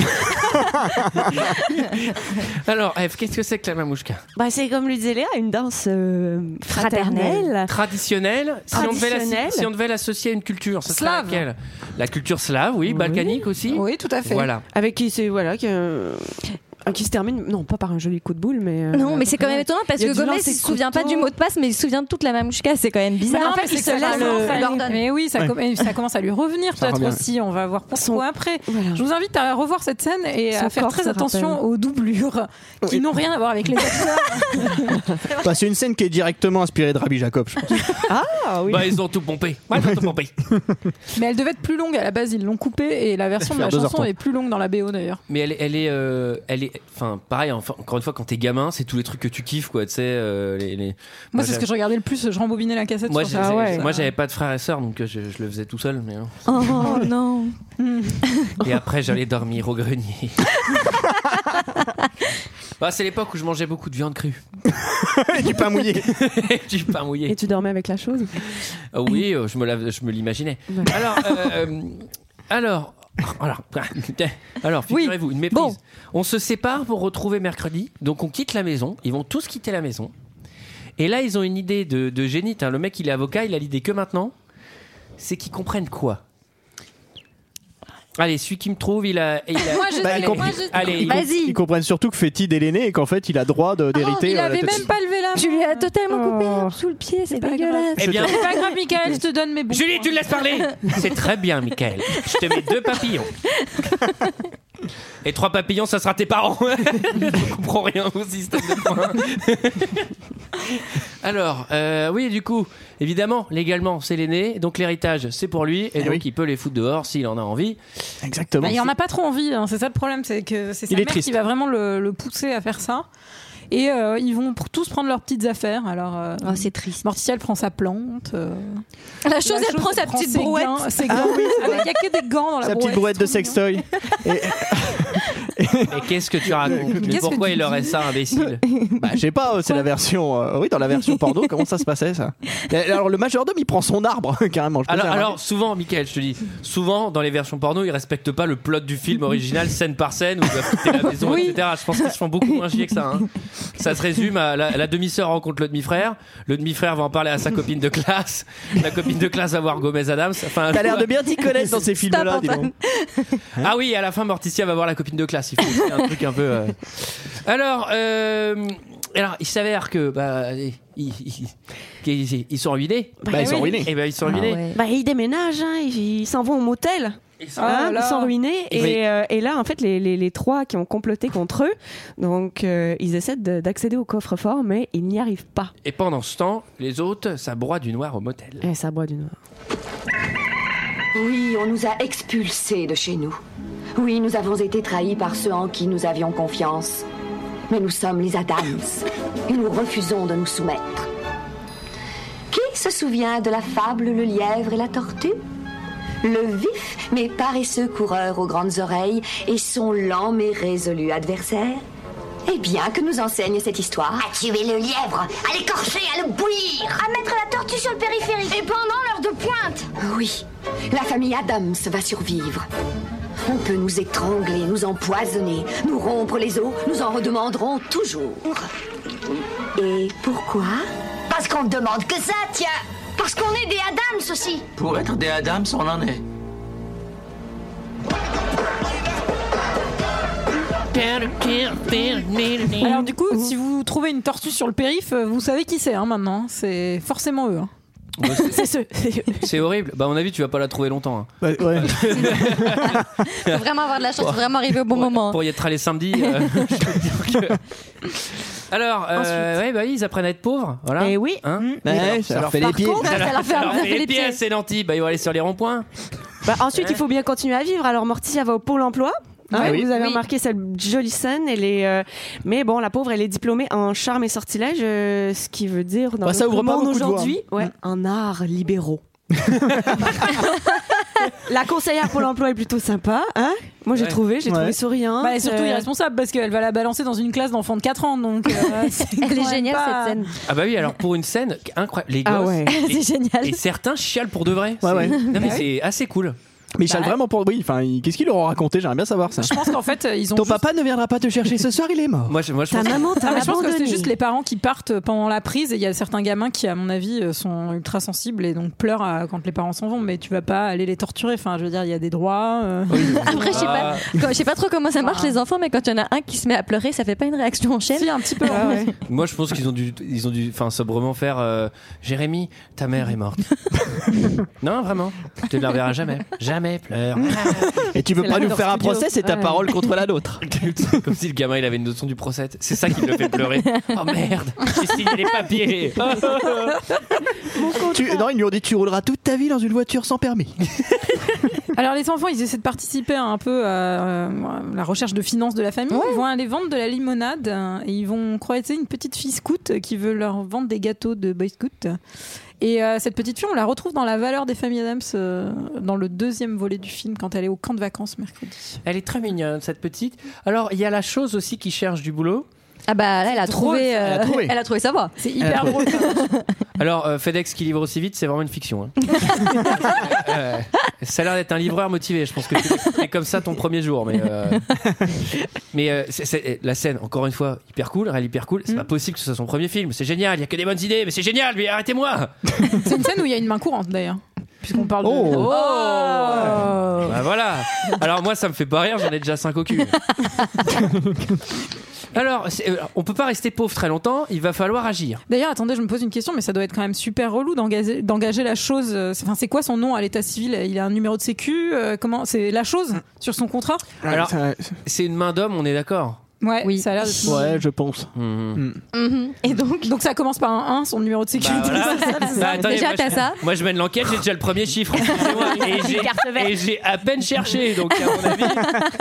Alors, Eve, qu'est-ce que c'est que la mamouchka? Bah, c'est comme le disait Léa, une danse euh, fraternelle. Traditionnelle. Si on devait Traditionnelle. la- si on devait l'associer à une culture, ça serait Slave. laquelle? La culture slave, oui, balkanique aussi. Oui, tout à fait. Voilà. Avec qui c'est voilà qui, euh, qui se termine non pas par un joli coup de boule mais euh, Non, mais c'est quand même étonnant parce il y a que du Gomez lancer il se de souvient pas couteau. du mot de passe, mais il se souvient de toute la mamouchka. C'est quand même bizarre. Non, en mais fait, c'est il que se ça laisse commence à le lui- l'ordonne. Mais oui, ça, Ouais. com- ça commence à lui revenir Ça peut-être revient. aussi. On va voir pourquoi Son- après. Voilà. Je vous invite à revoir cette scène et Son à faire corps très se attention rappelle. aux doublures qui Oui. n'ont rien à voir avec les acteurs. Bah, c'est une scène qui est directement inspirée de Rabbi Jacob, je pense. Ah oui. Bah, ils ont tout pompé. Ouais, ils ont tout pompé. Mais elle devait être plus longue à la base, ils l'ont coupée et la version de la Faire deux heures chanson trente. est plus longue dans la B O d'ailleurs. Mais elle est, elle est, euh, elle est, enfin, pareil. Enfin, encore une fois, quand t'es gamin, c'est tous les trucs que tu kiffes, quoi. Tu sais, euh, les, les- Moi, c'est ce que je regardais le plus, je rembobinais la cassette. Moi, sur j'ai- ça. Ah ouais. moi, j'avais pas de frères et sœurs, donc euh, je, je le faisais tout seul. Mais, hein. Oh non. Et après, j'allais dormir au grenier. Bah, c'est l'époque où je mangeais beaucoup de viande crue. Et du pain mouillé. Du pain mouillé. Et tu dormais avec la chose. Ah oui, euh, je me, la- je me l'imaginais. Ouais. Alors, euh, alors, alors, alors, figurez-vous, une méprise. Bon. On se sépare pour retrouver mercredi, donc on quitte la maison. Ils vont tous quitter la maison. Et là, ils ont une idée de, de génie. Hein. Le mec, il est avocat, il a l'idée que maintenant, c'est qu'ils comprennent quoi. Allez, celui qui me trouve, il a. Il a Moi, je Bah, sais, ils comprennent- moi, je sais. Allez, Ils, com- Vas-y. ils comprennent surtout que Fétide est l'aîné et qu'en fait il a droit de- d'hériter. Il euh, la avait tête. même pas levé la main. Tu lui as totalement coupé Oh. l'herbe sous le pied, c'est pas dégueulasse. Eh bien, C'est pas grave, Michael, je te donne mes bons. Julie, tu le laisses parler. C'est très bien, Michael. Je te mets deux papillons. Et trois papillons, ça sera tes parents. Je ne comprends rien au système de points. Alors, euh, oui, du coup, évidemment, légalement, c'est l'aîné. Donc l'héritage, c'est pour lui. Et Eh donc, oui. il peut les foutre dehors s'il en a envie. Exactement. Bah, il en a pas trop envie, hein, c'est ça le problème, c'est que c'est sa Il est mère triste. qui va vraiment le, le pousser à faire ça. Et euh, ils vont pour tous prendre leurs petites affaires. Alors, euh, Oh, c'est triste. Morticia, elle prend sa plante. euh, La chose, elle prend sa petite ses brouette. gants- ses gants. Ah, Il y a que des gants dans la Sa petite brouette de sextoy. Et- Et qu'est-ce que tu racontes? Mais Qu'est-ce pourquoi que il tu aurait dis ça, imbécile? Bah, je sais pas, c'est la version. euh, oui, dans la version porno, comment ça se passait ça? Et alors, le majordome il prend son arbre, carrément. Je peux Alors, faire alors, souvent, Michael, je te dis, souvent dans les versions porno, ils respectent pas le plot du film original, scène par scène, où ils doivent quitter la maison, Oui. et cetera. Je pense qu'ils se font beaucoup moins chier que ça. Hein. Ça se résume à la, la demi-sœur rencontre le demi-frère, le demi-frère va en parler à sa copine de classe, la copine de classe va voir Gomez Adams. Enfin, T'as l'air de bien t'y connaître dans ces films-là, dis donc. Ah oui, à la fin, Morticia va voir la copine de classe. Il faut aussi un truc un peu. euh. Alors, euh, alors, il s'avère que bah, ils, ils, ils, ils sont ruinés. Bah, Bah, ils sont oui. ruinés. Et ben ils sont Ah ruinés. ouais. Bah, ils déménagent, hein, ils ils s'en vont au motel. Ils sont- Hein, Oh là ils sont ruinés et, Oui. euh, et là en fait les, les, les trois qui ont comploté contre eux donc euh, ils essaient de- d'accéder au coffre-fort mais ils n'y arrivent pas. Et pendant ce temps, les autres, ça broie du noir au motel. Et ça boit du noir. Oui, on nous a expulsés de chez nous. Oui, nous avons été trahis par ceux en qui nous avions confiance. Mais nous sommes les Adams et nous refusons de nous soumettre. Qui se souvient de la fable Le lièvre et la tortue? Le vif mais paresseux coureur aux grandes oreilles et son lent mais résolu adversaire? Eh bien, que nous enseigne cette histoire? À tuer le lièvre, à l'écorcher, à le bouillir, à mettre la tortue sur le périphérique. Et pendant l'heure de pointe. Oui, la famille Adams va survivre. On peut nous étrangler, nous empoisonner, nous rompre les os, nous en redemanderons toujours. Et pourquoi? Parce qu'on ne demande que ça, tiens. Parce qu'on est des Adams aussi. Pour être des Adams, on en est. Alors du coup, si vous trouvez une tortue sur le périph', vous savez qui c'est hein, maintenant. C'est forcément eux. Hein. Bah, c'est- C'est ce. C'est horrible. Bah, à mon avis, tu vas pas la trouver longtemps. Hein. Bah, ouais. Faut vraiment avoir de la chance, faut vraiment arriver au bon moment. Pour y être allé samedi. euh, je peux te dire que- Alors, euh, ouais, bah, oui, ils apprennent à être pauvres. Voilà. Et oui. Hein Ouais, Et alors, ça leur fait les pieds. contre, ça leur fait- ça leur ça fait fait les les pieds, pieds. c'est gentil. Bah, ils vont aller sur les ronds-points. Bah, ensuite il faut bien continuer à vivre alors Morticia va au Pôle emploi. Hein, Ah oui. Vous avez Oui. remarqué cette jolie scène, elle est, euh, mais bon, la pauvre, elle est diplômée en charme et sortilège, euh, ce qui veut dire dans Bah, ça notre ouvre pas monde beaucoup de voies. aujourd'hui, ouais, en arts libéraux. La conseillère Pôle emploi est plutôt sympa, hein. Moi j'ai Ouais. trouvé, j'ai Ouais. trouvé souriante. Bah, et surtout euh, irresponsable parce qu'elle va la balancer dans une classe d'enfants de quatre ans. Donc, euh, c'est Elle quand est même géniale pas- cette scène. Ah, bah oui, alors pour une scène incroyable. Les Ah gosses. ouais. et- C'est génial. Et certains chialent pour de vrai. Ouais, C'est- ouais. Non, mais c'est assez cool. Mais ils Bah, chialent vraiment pour. Oui, enfin, ils- qu'est-ce qu'ils leur ont raconté? J'aimerais bien savoir ça. Je pense qu'en fait, ils ont. Ton juste- papa ne viendra pas te chercher ce soir, il est mort. Moi, je, moi, je Ta pense que- maman Ah, t'a mais je pense que c'est abandonné. juste les parents qui partent pendant la prise et il y a certains gamins qui, à mon avis, euh, sont ultra sensibles et donc pleurent à- quand les parents s'en vont. Mais tu vas pas aller les torturer. Enfin, je veux dire, il y a des droits. euh. Après, je sais pas, Ah. quand- je sais pas trop comment ça marche les enfants, mais quand il y en a un qui se met à pleurer, ça fait pas une réaction en chaîne. Si, un petit peu. Ah ouais. Moi, je pense qu'ils ont dû, ils ont dû, enfin, sobrement faire. euh, Jérémy, ta mère est morte. Non, vraiment. Tu ne la reverras jamais. Jamais, pleure. Et tu veux C'est pas la nous faire un studio. procès, c'est ta Ouais. parole contre la nôtre. Comme si le gamin il avait une notion du procès. C'est ça qui le fait pleurer. Oh merde, j'ai signé les papiers. Tu- non, ils lui ont dit tu rouleras toute ta vie dans une voiture sans permis. Alors les enfants, ils essaient de participer un peu à euh, la recherche de finances de la famille. Ils vont aller vendre de la limonade euh, et ils vont croiser une petite fille scout qui veut leur vendre des gâteaux de boy scout. Et euh, cette petite fille, on la retrouve dans La Valeur des familles Adams, euh, dans le deuxième volet du film, quand elle est au camp de vacances mercredi. Elle est très mignonne cette petite. Alors il y a la chose aussi qui cherche du boulot. Ah bah là, elle a drôle, trouvé, ça. euh, Elle a trouvé. elle a trouvé sa voie. C'est hyper drôle. Alors euh, FedEx qui livre aussi vite, c'est vraiment une fiction. Hein. Euh, ça a l'air d'être un livreur motivé. Je pense que c'est comme ça ton premier jour, mais euh, mais euh, c'est- c'est- la scène encore une fois hyper cool, elle est hyper cool. C'est pas possible que ce soit son premier film. C'est génial, il y a que des bonnes idées, mais c'est génial. Mais arrêtez-moi. C'est une scène où il y a une main courante d'ailleurs. Puisqu'on parle Oh. de. Oh Bah voilà. Alors moi ça me fait pas rire, j'en ai déjà cinq au cul. Alors, c'est- euh, on peut pas rester pauvre très longtemps, il va falloir agir. D'ailleurs, attendez, je me pose une question, mais ça doit être quand même super relou d'engager, d'engager la chose. euh, c'est- Enfin, c'est quoi son nom à l'état civil? Il a un numéro de sécu euh, Comment c'est la chose sur son contrat? Alors, c'est une main d'homme, on est d'accord. Ouais, ça a l'air d'être. Ouais, je pense. Mhm. Mhm. Et donc, Donc ça commence par un un, son numéro de sécurité. Bah, voilà. c'est ça, c'est Bah, ça. attendez, déjà, moi, t'as je- ça. Moi je mène l'enquête, j'ai déjà le premier chiffre. Excusez-moi. Et j'ai- Carte verte. Et j'ai à peine cherché, donc à mon avis.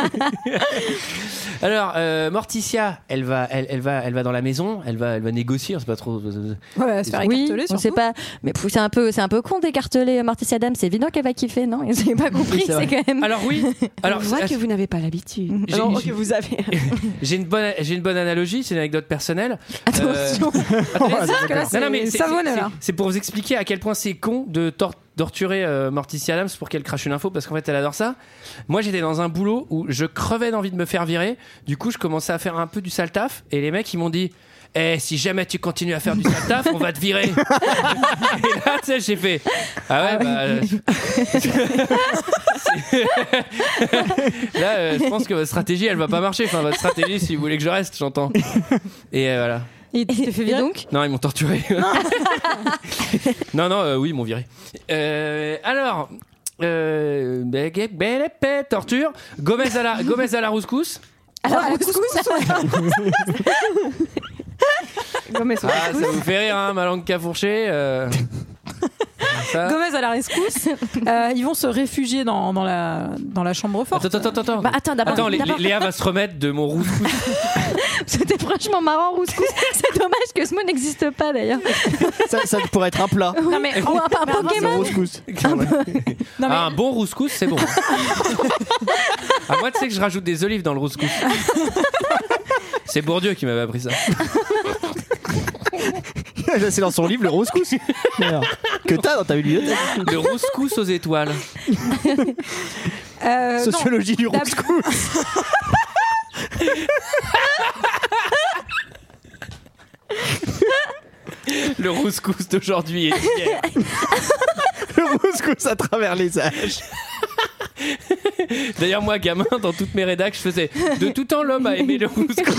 Alors, euh, Morticia, elle va, elle, elle va, elle va dans la maison, elle va, elle va négocier. C'est pas trop. Ouais, elle va se faire oui, écarteler, on surtout. sait pas. Mais pff, c'est un peu, c'est un peu con d'écarteler Morticia Adams. C'est évident qu'elle va kiffer, non? Vous avez pas compris, Oui, c'est vrai. c'est quand même. Alors oui. Alors on voit c'est- que vous n'avez pas l'habitude. J'ai- Non, j'ai- que vous avez. j'ai une bonne, j'ai une bonne analogie. C'est une anecdote personnelle. Attention. Euh, attendez, Parce que là, non, non, mais c'est c'est- savonneux, c'est- là. c'est pour vous expliquer à quel point c'est con de tor- torturer euh, Morticia Adams pour qu'elle crache une info parce qu'en fait elle adore ça. Moi j'étais dans un boulot où je crevais d'envie de me faire virer. Du coup je commençais à faire un peu du sale taf et les mecs ils m'ont dit eh, si jamais tu continues à faire du sale taf, on va te virer. Et là, tu sais, j'ai fait ah ouais, bah. euh, c'est- là, euh, je pense que votre stratégie, elle va pas marcher. Enfin, votre stratégie, si vous voulez que je reste, j'entends. Et euh, voilà. Et tu t'es fait virer donc Non, ils m'ont torturé. non, non, euh, oui, ils m'ont viré. Euh, alors, euh, torture. Gomez à la, Gomez à la rouscousse. Alors, à la couscous. Gomez Ah, ça vous fait rire, hein, ma langue cafourchée. Euh... Ça. Gomez à la rescousse. Euh, ils vont se réfugier dans, dans, la, dans la chambre forte. Attends, attends, attends. Bah, attends, d'abord. Attends, Lé- d'abord. Léa va se remettre de mon rouscous. C'était franchement marrant, rouscous. C'est dommage que ce mot n'existe pas d'ailleurs. Ça, ça pourrait être un plat. Non, mais Ou un, un C'est Pokémon. rouscous. Non, mais- Ah, un bon rouscous, c'est bon. À moi, tu sais que je rajoute des olives dans le rouscous. C'est Bourdieu qui m'avait appris ça. C'est dans son livre, le rouscous. Que t'as dans ta bibliothèque. Le rouscous aux étoiles. Euh, non. Sociologie du D'ab- rouscous. Le rouscous d'aujourd'hui et d'hier. Le rouscous à travers les âges. D'ailleurs, moi, gamin, dans toutes mes rédacs, je faisais de tout temps l'homme a aimé le rouscous.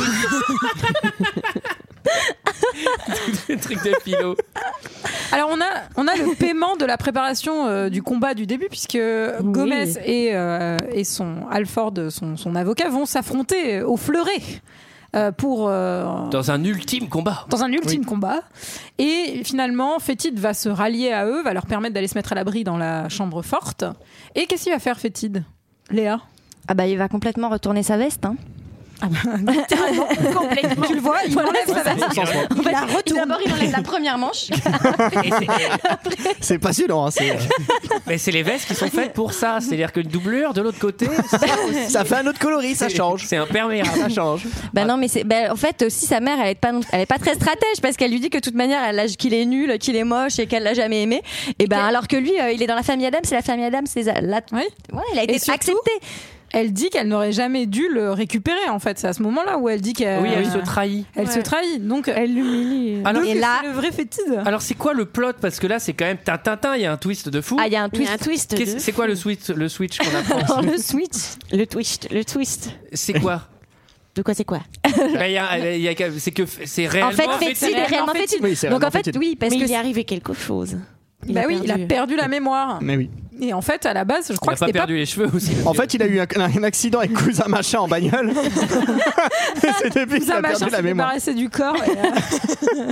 Des trucs de philo. Alors on a, on a le paiement de la préparation euh, du combat du début puisque Gomez et, euh, et son Alford, son, son avocat, vont s'affronter au fleuret. Euh, pour euh, Dans un ultime combat. dans un ultime Oui. combat. Et finalement, Fétide va se rallier à eux, va leur permettre d'aller se mettre à l'abri dans la chambre forte. Et qu'est-ce qu'il va faire, Fétide, Léa? Ah bah il va complètement retourner sa veste. Hein. Ah bah, littéralement, complètement. Tu le vois, il Voilà, enlève sa ça veste. va. En fait, Il la il retourne. retourne. D'abord, il enlève la première manche. C'est passionnant. Hein, c'est... Mais c'est les vestes qui sont faites pour ça. C'est-à-dire qu'une doublure de l'autre côté, ça, ça fait un autre coloris, ça change. C'est imperméable. Ça change. Bah non, mais c'est. Bah, en fait, aussi, sa mère, elle est pas, non- elle est pas très stratège parce qu'elle lui dit que de toute manière, elle l'a- qu'il est nul, qu'il est moche et qu'elle l'a jamais aimé. Et ben, alors que lui, euh, il est dans la famille Adams. C'est la famille Adams. C'est la. la- Oui. Ouais, il a été Et surtout, accepté. Elle dit qu'elle n'aurait jamais dû le récupérer, en fait. C'est à ce moment-là où elle dit qu'elle. Oui, elle se trahit. Elle Ouais. se trahit. Donc, Elle l'humilie. Alors, et Et là- c'est le vrai Fétide. alors c'est quoi le plot? Parce que là, c'est quand même Tintin, il y a un twist de fou. Ah, il y a un Il y twist. a un twist. Qu'est-ce- de- C'est quoi le switch, le switch qu'on apprend? Dans le switch. Le twist. Le twist. C'est quoi? De quoi c'est quoi? Bah, il y a- il y a- C'est que c'est réellement. En fait, Fétide. Fétide est réellement Fétide. Oui, c'est Donc en réellement fait, Fétide. oui, parce Mais que il est arrivé quelque chose. Bah oui, il a perdu la mémoire. Mais oui. Et en fait, à la base, je Il crois a que pas c'était pas. perdu les cheveux aussi. En fait, il a eu un, un accident avec cousin machin en bagnole. Et c'est depuis qu'il Ça a machin perdu la s'est mémoire. débarrassé du corps. Et, euh,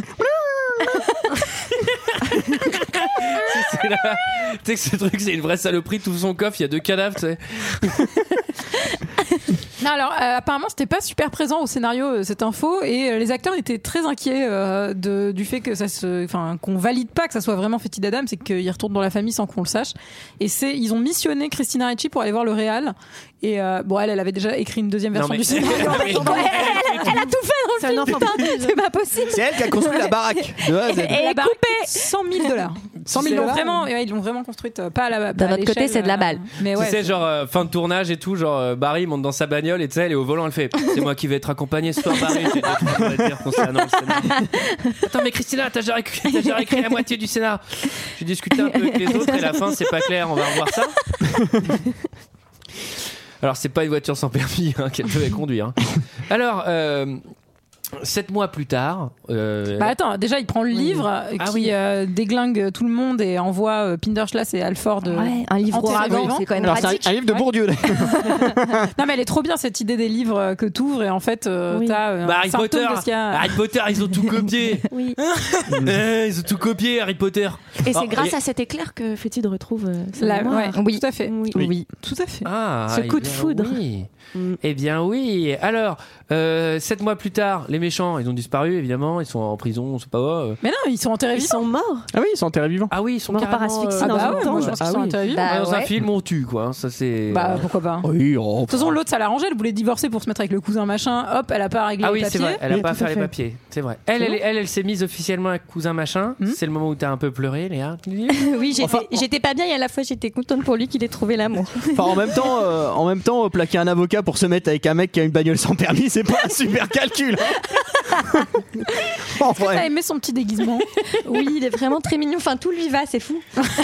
C'est là- Tu sais que ce truc, c'est une vraie saloperie. Tout son coffre, il y a deux cadavres, tu sais. Non, alors euh, apparemment c'était pas super présent au scénario euh, cette info et euh, les acteurs étaient très inquiets euh, de, du fait que ça se, enfin qu'on valide pas que ça soit vraiment Fétide Adam, c'est qu'il retourne dans la famille sans qu'on le sache. Et c'est, ils ont missionné Christina Ricci pour aller voir le réal. Et euh, bon, elle, elle avait déjà écrit une deuxième version mais- du scénario. Non, mais- En attendant, elle, elle- elle a tout fait C'est un dans le film, enfant putain, c'est pas possible. C'est elle qui a construit la baraque de A à Z. Et la est baraque coupée. coûte cent mille dollars. cent mille C'est l'ont là, vraiment, ouais, ils l'ont vraiment construite, euh, pas à la. D'un pas à autre côté, l'échelle, c'est de la euh, balle. Mais ouais. Tu sais, genre euh, fin de tournage et tout, genre euh, Barry monte dans sa bagnole et tu sais, elle est au volant, elle fait c'est moi qui vais être accompagné ce soir, Barry. J'ai deux trucs à te dire concernant le scénario. Attends, mais Christina, t'as déjà, écrit, t'as déjà écrit la moitié du scénar. J'ai discuté un peu avec les autres et la fin, c'est pas clair, on va revoir ça. Alors, c'est pas une voiture sans permis hein, qu'elle devait conduire. Hein. Alors, euh, sept mois plus tard. Euh, Bah attends, déjà il prend le livre euh, Ah qui oui. euh, déglingue tout le monde et envoie euh, Pinderschlass et Alford. euh, Ouais, un livre enterrer ouragan, vivant. c'est quand même Alors, c'est pratique. un, un livre de Ouais. Bourdieu. Non mais elle est trop bien cette idée des livres euh, que t'ouvres et en fait euh, Oui. t'as euh, bah, un Harry symptôme Potter, de ce qu'il y a. Harry Potter, ils ont tout copié. Oui. Eh, ils ont tout copié, Harry Potter. Et c'est Alors, grâce et- à cet éclair que Fétide retrouve euh, sa La- mémoire. ouais, Oui. tout à fait. Oui. Oui, tout à fait. Ah, Ce eh coup de bien foudre. Oui. Mm. Eh bien oui. Alors, euh, sept mois plus tard, les méchants, ils ont disparu évidemment. Ils sont en prison, on sait pas. euh. Mais non, ils sont enterrés Ils vivants. sont morts. Ah oui, ils sont enterrés vivants. Ah oui, ils sont Morts par carrément, asphyxie Ah dans bah un ouais, temps. moi je pense qu'ils Ah sont oui. enterrés vivants. Bah, dans un ouais. film, on tue quoi. hein, Ça c'est. Bah pourquoi pas. Oui, oh, De toute façon, l'autre, ça l'arrangeait. Elle voulait divorcer pour se mettre avec le cousin machin. Hop, elle a pas réglé Ah les oui, c'est papiers. vrai. Elle a Oui, pas à tout faire à les fait. papiers. C'est vrai. Elle, elle, elle, elle s'est mise officiellement avec cousin machin. Hmm. C'est le moment où t'as un peu pleuré, Léa. Oui, j'étais Enfin, j'étais pas bien et à la fois j'étais contente pour lui qu'il ait trouvé l'amour. Enfin, en même temps, euh, en même temps, euh, plaquer un avocat cas, pour se mettre avec un mec qui a une bagnole sans permis, c'est pas un super calcul. Hein. Est-ce que t'as aimé son petit déguisement? Oui, il est vraiment très mignon. Enfin, tout lui va, c'est fou.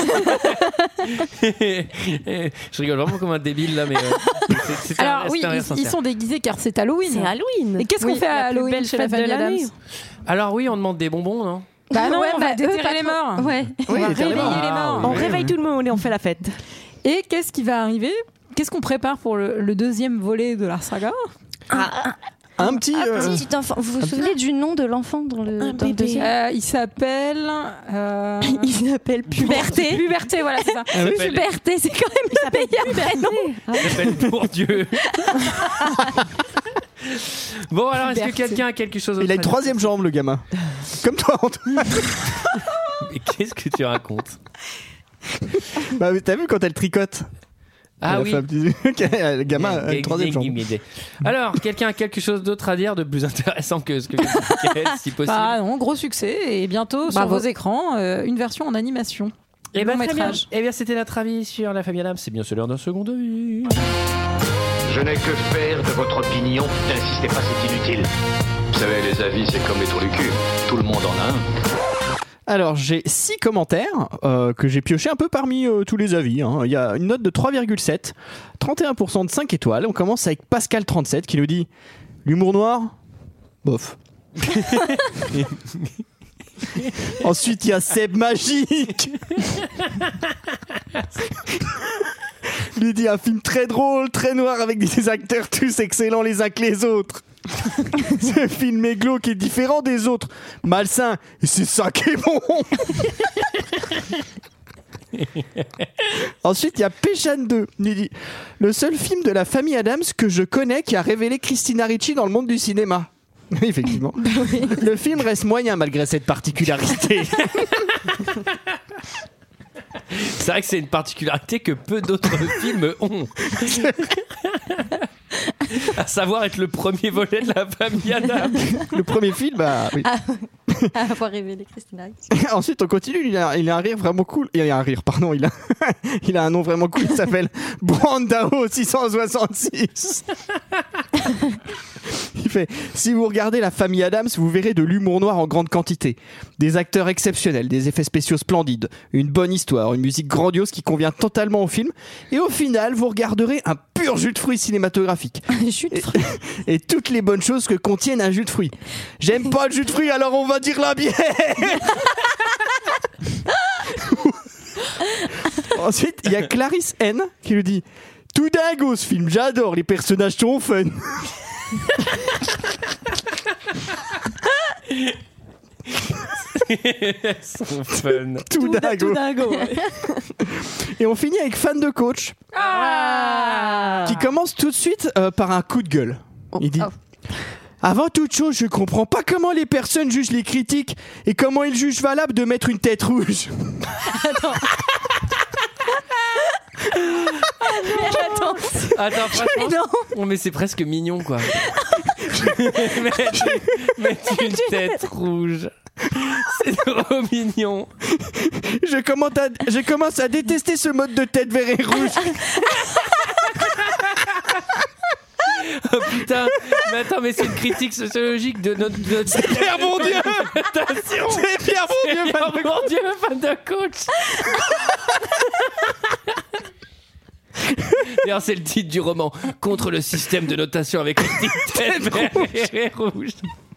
Je rigole vraiment comme un débile là, mais euh, c'est, c'est Alors un, oui, c'est un rire ils, sincère. ils sont déguisés car c'est Halloween. C'est Halloween. Et qu'est-ce qu'on Oui, fait à la plus Halloween belle chez la fête de famille l'année. Adams? Alors oui, on demande des bonbons, non? Bah non, Ouais, on bah, va eux, déterrer pas les trop. morts. Ouais. On Oui, va déterrer les réveiller morts. les morts. Ah, On oui, réveille oui. tout le monde et on fait la fête. Et qu'est-ce qui va arriver? Qu'est-ce qu'on prépare pour le, le deuxième volet de la saga? Un petit. Un euh, petit enfant. Vous vous souvenez du nom de l'enfant dans le, Un dans le bébé. deuxième Euh, Il s'appelle. euh, Il s'appelle Puberté. Puberté, voilà, c'est ça. Il s'appelle- Puberté, c'est quand même le meilleur prénom. il s'appelle Bourdieu. Bon, alors, est-ce que Puberté. quelqu'un a quelque chose d'autre Il a à une dire? troisième jambe, le gamin. Comme toi, Antoine. Mais qu'est-ce que tu racontes? Bah, t'as vu quand elle tricote? Ah La oui. femme, tu- le gamin a une troisième jambe. Alors, quelqu'un a quelque chose d'autre à dire de plus intéressant que ce que si possible? Bah non, gros succès et bientôt sur Bravo. vos écrans euh, une version en animation. Eh bien, long très bien. métrage. Eh bien, c'était notre avis sur la famille Adams. C'est bien sûr l'heure d'un second avis. Je n'ai que faire de votre opinion. N'insistez pas, c'est inutile. Vous savez, les avis, c'est comme les trous du cul. Tout le monde en a un. Alors, j'ai six commentaires euh, que j'ai pioché un peu parmi euh, tous les avis. Hein. Il y a une note de trois virgule sept, trente et un pour cent de cinq étoiles. On commence avec Pascal trente-sept qui nous dit l'humour noir, bof. Ensuite, il y a Seb Magique. Il lui dit un film très drôle, très noir avec des acteurs tous excellents les uns que les autres. Ce film est glauque et différent des autres. Malsain, et c'est ça qui est bon. Ensuite, il y a Péchan deux. Il dit le seul film de la famille Adams que je connais qui a révélé Christina Ricci dans le monde du cinéma. Oui, effectivement. Le film reste moyen malgré cette particularité. C'est vrai que c'est une particularité que peu d'autres films ont. À savoir être le premier volet de la famille Adams. Le premier film, bah oui. Ah, à avoir révélé Christina. Ensuite, on continue. Il a, il a un rire vraiment cool. Il a un rire, pardon. Il a, il a un nom vraiment cool. Il s'appelle Brandao six cent soixante-six. Il fait si vous regardez la famille Adams, vous verrez de l'humour noir en grande quantité. Des acteurs exceptionnels, des effets spéciaux splendides, une bonne histoire, une musique grandiose qui convient totalement au film. Et au final, vous regarderez un pur jus de fruits cinématographique. Jus de fruits. Et, et toutes les bonnes choses que contiennent un jus de fruits. J'aime pas le jus de fruits, alors on va dire la bière. Ensuite, il y a Clarisse N qui lui dit tout dingo ce film, j'adore, les personnages sont fun. Son fun. Tout, Tout, dingo. tout dingo. ouais. Et on finit avec Fan de coach Ah. qui commence tout de suite euh, par un coup de gueule. Il dit avant toute chose, je comprends pas comment les personnes jugent les critiques et comment ils jugent valable de mettre une tête rouge. Attends. Attends, franchement. Oh, mais c'est presque mignon, quoi. mettre, mettre une tête rouge. C'est trop mignon. Je commence, à, je commence à détester ce mode de tête vert et rouge. Oh putain, mais attends, mais c'est une critique sociologique de notre. De notre... C'est Pierre Bourdieu. Attention. C'est Pierre Bourdieu, C'est fan de Pierre Bourdieu, fan de coach. D'ailleurs, c'est le titre du roman. Contre le système de notation avec les petites têtes vertes et rouges.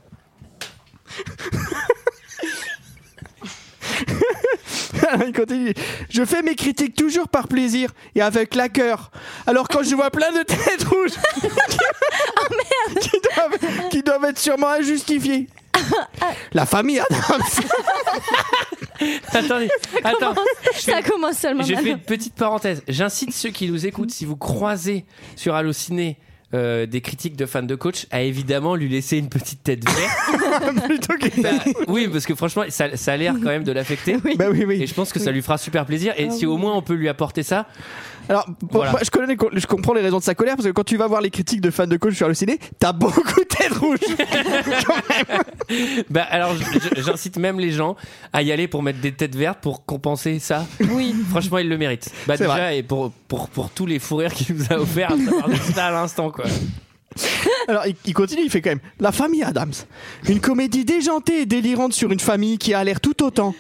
Alors, il continue. Je fais mes critiques toujours par plaisir et avec la cœur. Alors quand je vois plein de têtes rouges qui, qui, doivent, qui doivent être sûrement injustifiées. La famille Adams. Attendez, attends. Ça commence seulement Je fais maintenant. une petite parenthèse. J'incite ceux qui nous écoutent, si vous croisez sur Allociné euh, des critiques de fans de coach, à évidemment lui laisser une petite tête verte. Plutôt que... Bah, oui, parce que franchement, ça, ça a l'air quand même de l'affecter. Oui. Bah oui, oui. Et je pense que ça lui fera super plaisir. Et Ah si oui. au moins on peut lui apporter ça. Alors, bon, Voilà. moi, je, connais, je comprends les raisons de sa colère parce que quand tu vas voir les critiques de fans de coach sur Allociné, t'as beaucoup de têtes rouges. Bah alors, je- je- j'incite même les gens à y aller pour mettre des têtes vertes pour compenser ça. Oui. Franchement, ils le méritent. Bah C'est déjà, vrai. et pour, pour, pour tous les fous rires qu'il nous a offert à savoir de ça à l'instant, quoi. quoi. Alors, il, il continue, il fait quand même La famille Adams. Une comédie déjantée et délirante sur une famille qui a l'air tout autant.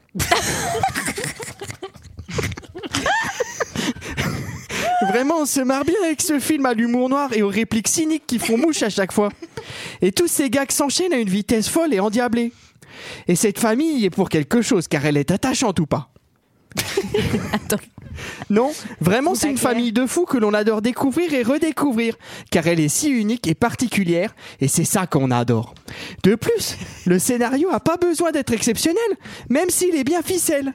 Vraiment, on se marre bien avec ce film à l'humour noir et aux répliques cyniques qui font mouche à chaque fois. Et tous ces gags s'enchaînent à une vitesse folle et endiablée. Et cette famille est pour quelque chose, car elle est attachante ou pas. Attends. Non, vraiment, c'est une famille de fous que l'on adore découvrir et redécouvrir, car elle est si unique et particulière, et c'est ça qu'on adore. De plus, le scénario a pas besoin d'être exceptionnel, même s'il est bien ficelle.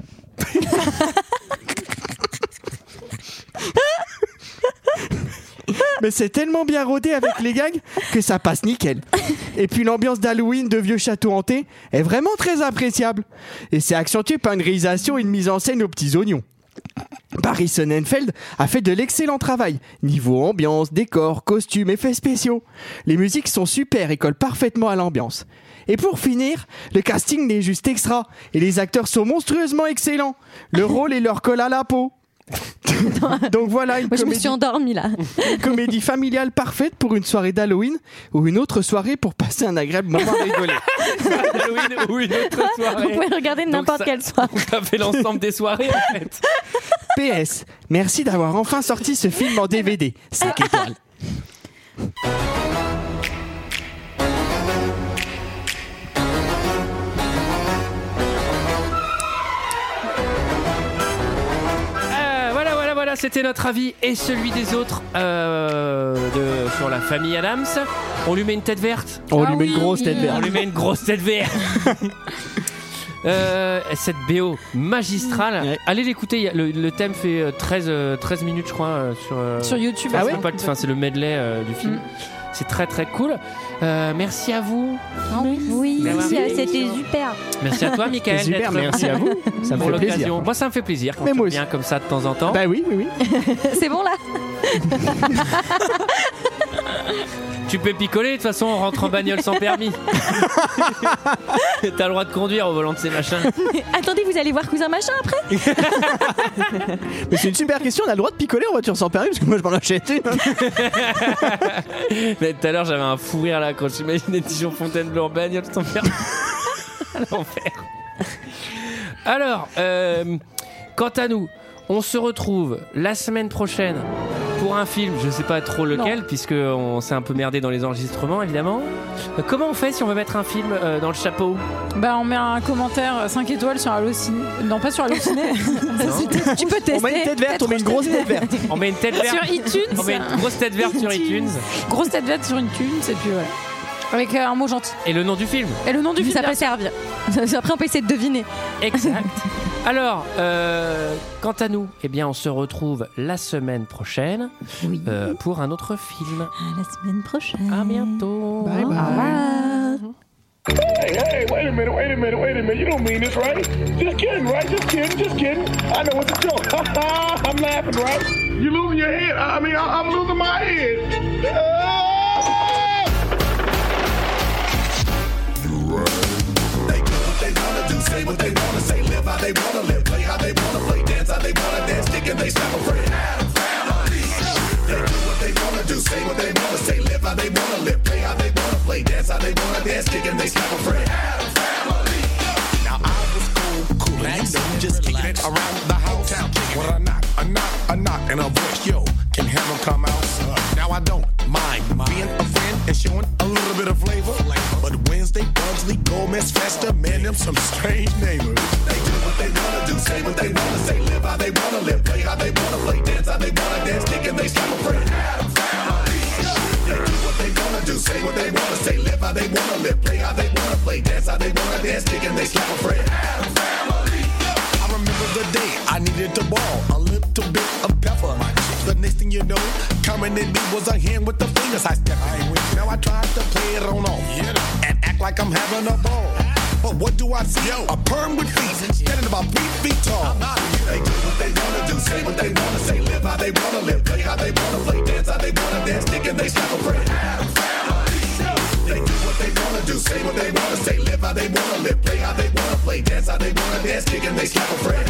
Mais c'est tellement bien rodé avec les gags que ça passe nickel. Et puis l'ambiance d'Halloween de vieux château hanté est vraiment très appréciable. Et c'est accentué par une réalisation et une mise en scène aux petits oignons. Barry Sonnenfeld a fait de l'excellent travail. Niveau ambiance, décor, costumes, effets spéciaux. Les musiques sont super et collent parfaitement à l'ambiance. Et pour finir, le casting est juste extra. Et les acteurs sont monstrueusement excellents. Le rôle et leur colle à la peau. Donc voilà une Moi, comédie, je me suis endormie là. une comédie familiale parfaite pour une soirée d'Halloween ou une autre soirée pour passer un agréable moment à rigoler. Halloween ou une autre soirée. Vous pouvez regarder Donc n'importe ça- quelle soirée. Ça fait l'ensemble des soirées en fait. P S. Merci d'avoir enfin sorti ce film en D V D. cinq étoiles. Euh, voilà, voilà, voilà, c'était notre avis et celui des autres euh, de, sur la famille Adams. On lui met une tête verte. On lui met une grosse tête verte. On lui met une grosse tête verte. Euh, cette B O magistrale, Ouais. allez l'écouter. il y a- Le, le thème fait euh, treize, euh, treize minutes, je crois, euh, sur, euh, Sur YouTube. enfin, Ah c'est ouais pas le- enfin, c'est le medley euh, du film. Mm. C'est très très cool. Euh, merci à vous. Oui, Merci. euh, c'était super. Merci à toi, Michael. C'est super, d'être merci venu à vous. Ça me pour fait plaisir. l'occasion. Moi, ça me fait plaisir quand Mais tu moi reviens comme ça de temps en temps. Bah oui, oui, oui. C'est bon là. Tu peux picoler, de toute façon, on rentre en bagnole sans permis. T'as le droit de conduire au volant de ces machins. Attendez, vous allez voir cousin machin après. Mais c'est une super question. On a le droit de picoler en voiture sans permis parce que moi je m'en achète une. Mais tout à l'heure, j'avais un fou rire là quand j'imaginais Dijon Fontainebleau en bagnole sans permis. À l'enfer. Alors, euh, quant à nous, on se retrouve la semaine prochaine pour un film, je sais pas trop lequel, puisque on s'est un peu merdé dans les enregistrements, évidemment. Euh, comment on fait si on veut mettre un film euh, dans le chapeau? Bah, on met un commentaire cinq étoiles sur Allociné. Non, pas sur Allociné. Tu peux tester. On met une tête verte, on met une grosse tête verte. On met une tête verte. Sur iTunes. On met une grosse tête verte sur iTunes. Grosse tête verte sur iTunes, et puis voilà. Avec euh, un mot gentil. Et le nom du film. Et le nom du film. Ça peut servir. Après, on peut essayer de deviner. Exact. Alors, euh, quant à nous, eh bien, on se retrouve la semaine prochaine Oui. euh, pour un autre film. À la semaine prochaine. À bientôt. Bye bye. Au revoir. Hey, hey, wait a minute, wait a minute, wait a minute. You don't mean this, right? Just kidding, right? Just kidding, just kidding. I know what to do. I'm laughing, right? You losing your head. I mean, I- I'm losing my head. Ah! They wanna do, say what they wanna say, live how they wanna live, play how they wanna play, dance how they wanna dance, stick and they snap a friend. They do what they wanna do, say what they wanna say, live how they wanna live, play how they wanna play, dance how they wanna dance, stick and they snap a friend. Now I was cool, cool, and you know, just kicking it around the house. When I knock, a knock, a knock, and a voice, yo, can heaven come out? Now I don't mind being a friend and showing a little bit of flavor. But Wednesday, Bugsley, Gomez, Festa, man, them some strange neighbors. They do what they wanna do, say what they wanna say, live how they wanna live, play how they wanna play, dance how they wanna dance, stick and they snap a friend. They do what they wanna do, say what they wanna say, live how they wanna live, play how they wanna play, dance how they wanna dance, stick and they slap a friend. I remember the day I needed to ball, a little bit of pepper. The next thing you know, coming at me was a hand with the fingers I stepped. I ain't with you. Now I tried to play it on off and act like I'm having a ball. But what do I see? Yo, a perm with feet, standing about three feet tall. They do what they wanna do, say what they wanna say, live how they wanna live, play how they wanna play, dance how they wanna dance, stick and they snap a friend. They do what they wanna do, say what they wanna say, live how they wanna live, play how they wanna play, dance how they wanna dance, stick and they snap a friend.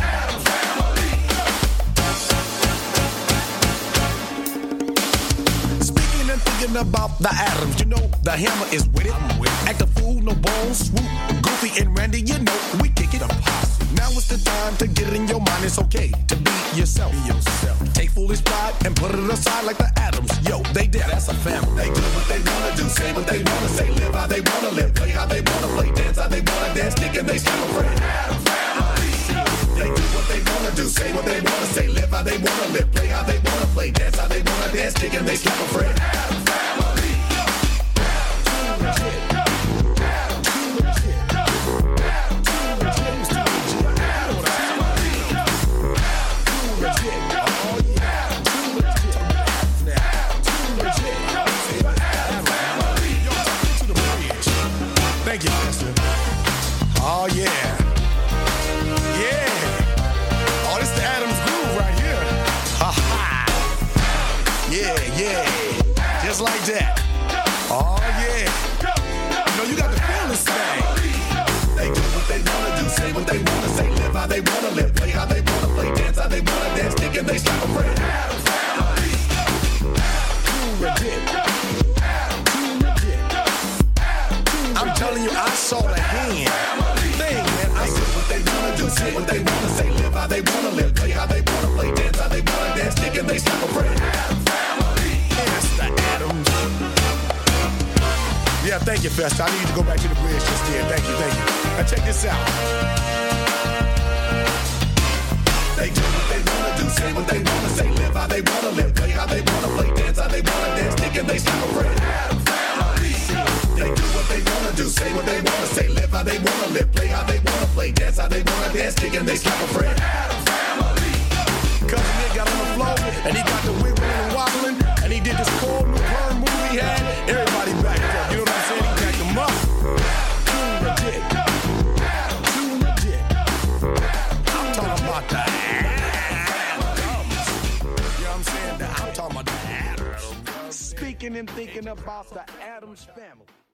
Speaking and about the Addams. You know the hammer is with it. Act a fool, no bones, swoop. Goofy and Randy, you know we kick it up. Now it's the time to get it in your mind. It's okay to be yourself. Be yourself. Take foolish pride and put it aside like the Addams. Yo, they did. That's a family. They do what they wanna do, say what they wanna say, live how they wanna live, play how they wanna play, dance how they wanna dance, stick and they stop a friend. Addams family. They do what they wanna do, say what they wanna say, live how they wanna live, play how they wanna play, dance how they wanna dance, stick and they slap a friend. Addams family. Too legit. Too legit. Thank you, Mister. Oh, yeah. Yeah. Oh, this is the Addams groove right here. Ha ha. Yeah, yeah. Just like that. Oh, yeah. You know, you got the feel this thing. They do what they wanna do, say what they wanna say, live how they wanna live, play how they wanna play, dance how they wanna dance, stick and they slap a friend. Addams family. Too legit. I'm telling you, I saw the hand thing, man. I said what they wanna do, say what they wanna say, live how they wanna live, play how they wanna play, dance how they wanna dance, stick and they slap a friend. Addams family. It's the Addams. Yeah, thank you, Fester. I need you to go back to the bridge just there. Thank you, thank you. Now check this out. They do what they wanna do, say what they wanna say, live how they wanna live, play how they wanna play, dance how they wanna dance, stick and they slap a friend. Addams family. They do what they wanna do, say what they wanna say, live how they wanna live, play how they wanna play, dance how they wanna dance, stick and they slap a friend. Addams family. Cousin Nick got on the floor, and he got the wiggling and wobbling, and he did this cool new perm move he had. Everybody backed up, you know what I'm saying? He backed them up. Too legit. Too legit. I'm talking about the Addams. You know what I'm saying? I'm talking about the Addams. Speaking and thinking about the Addams family.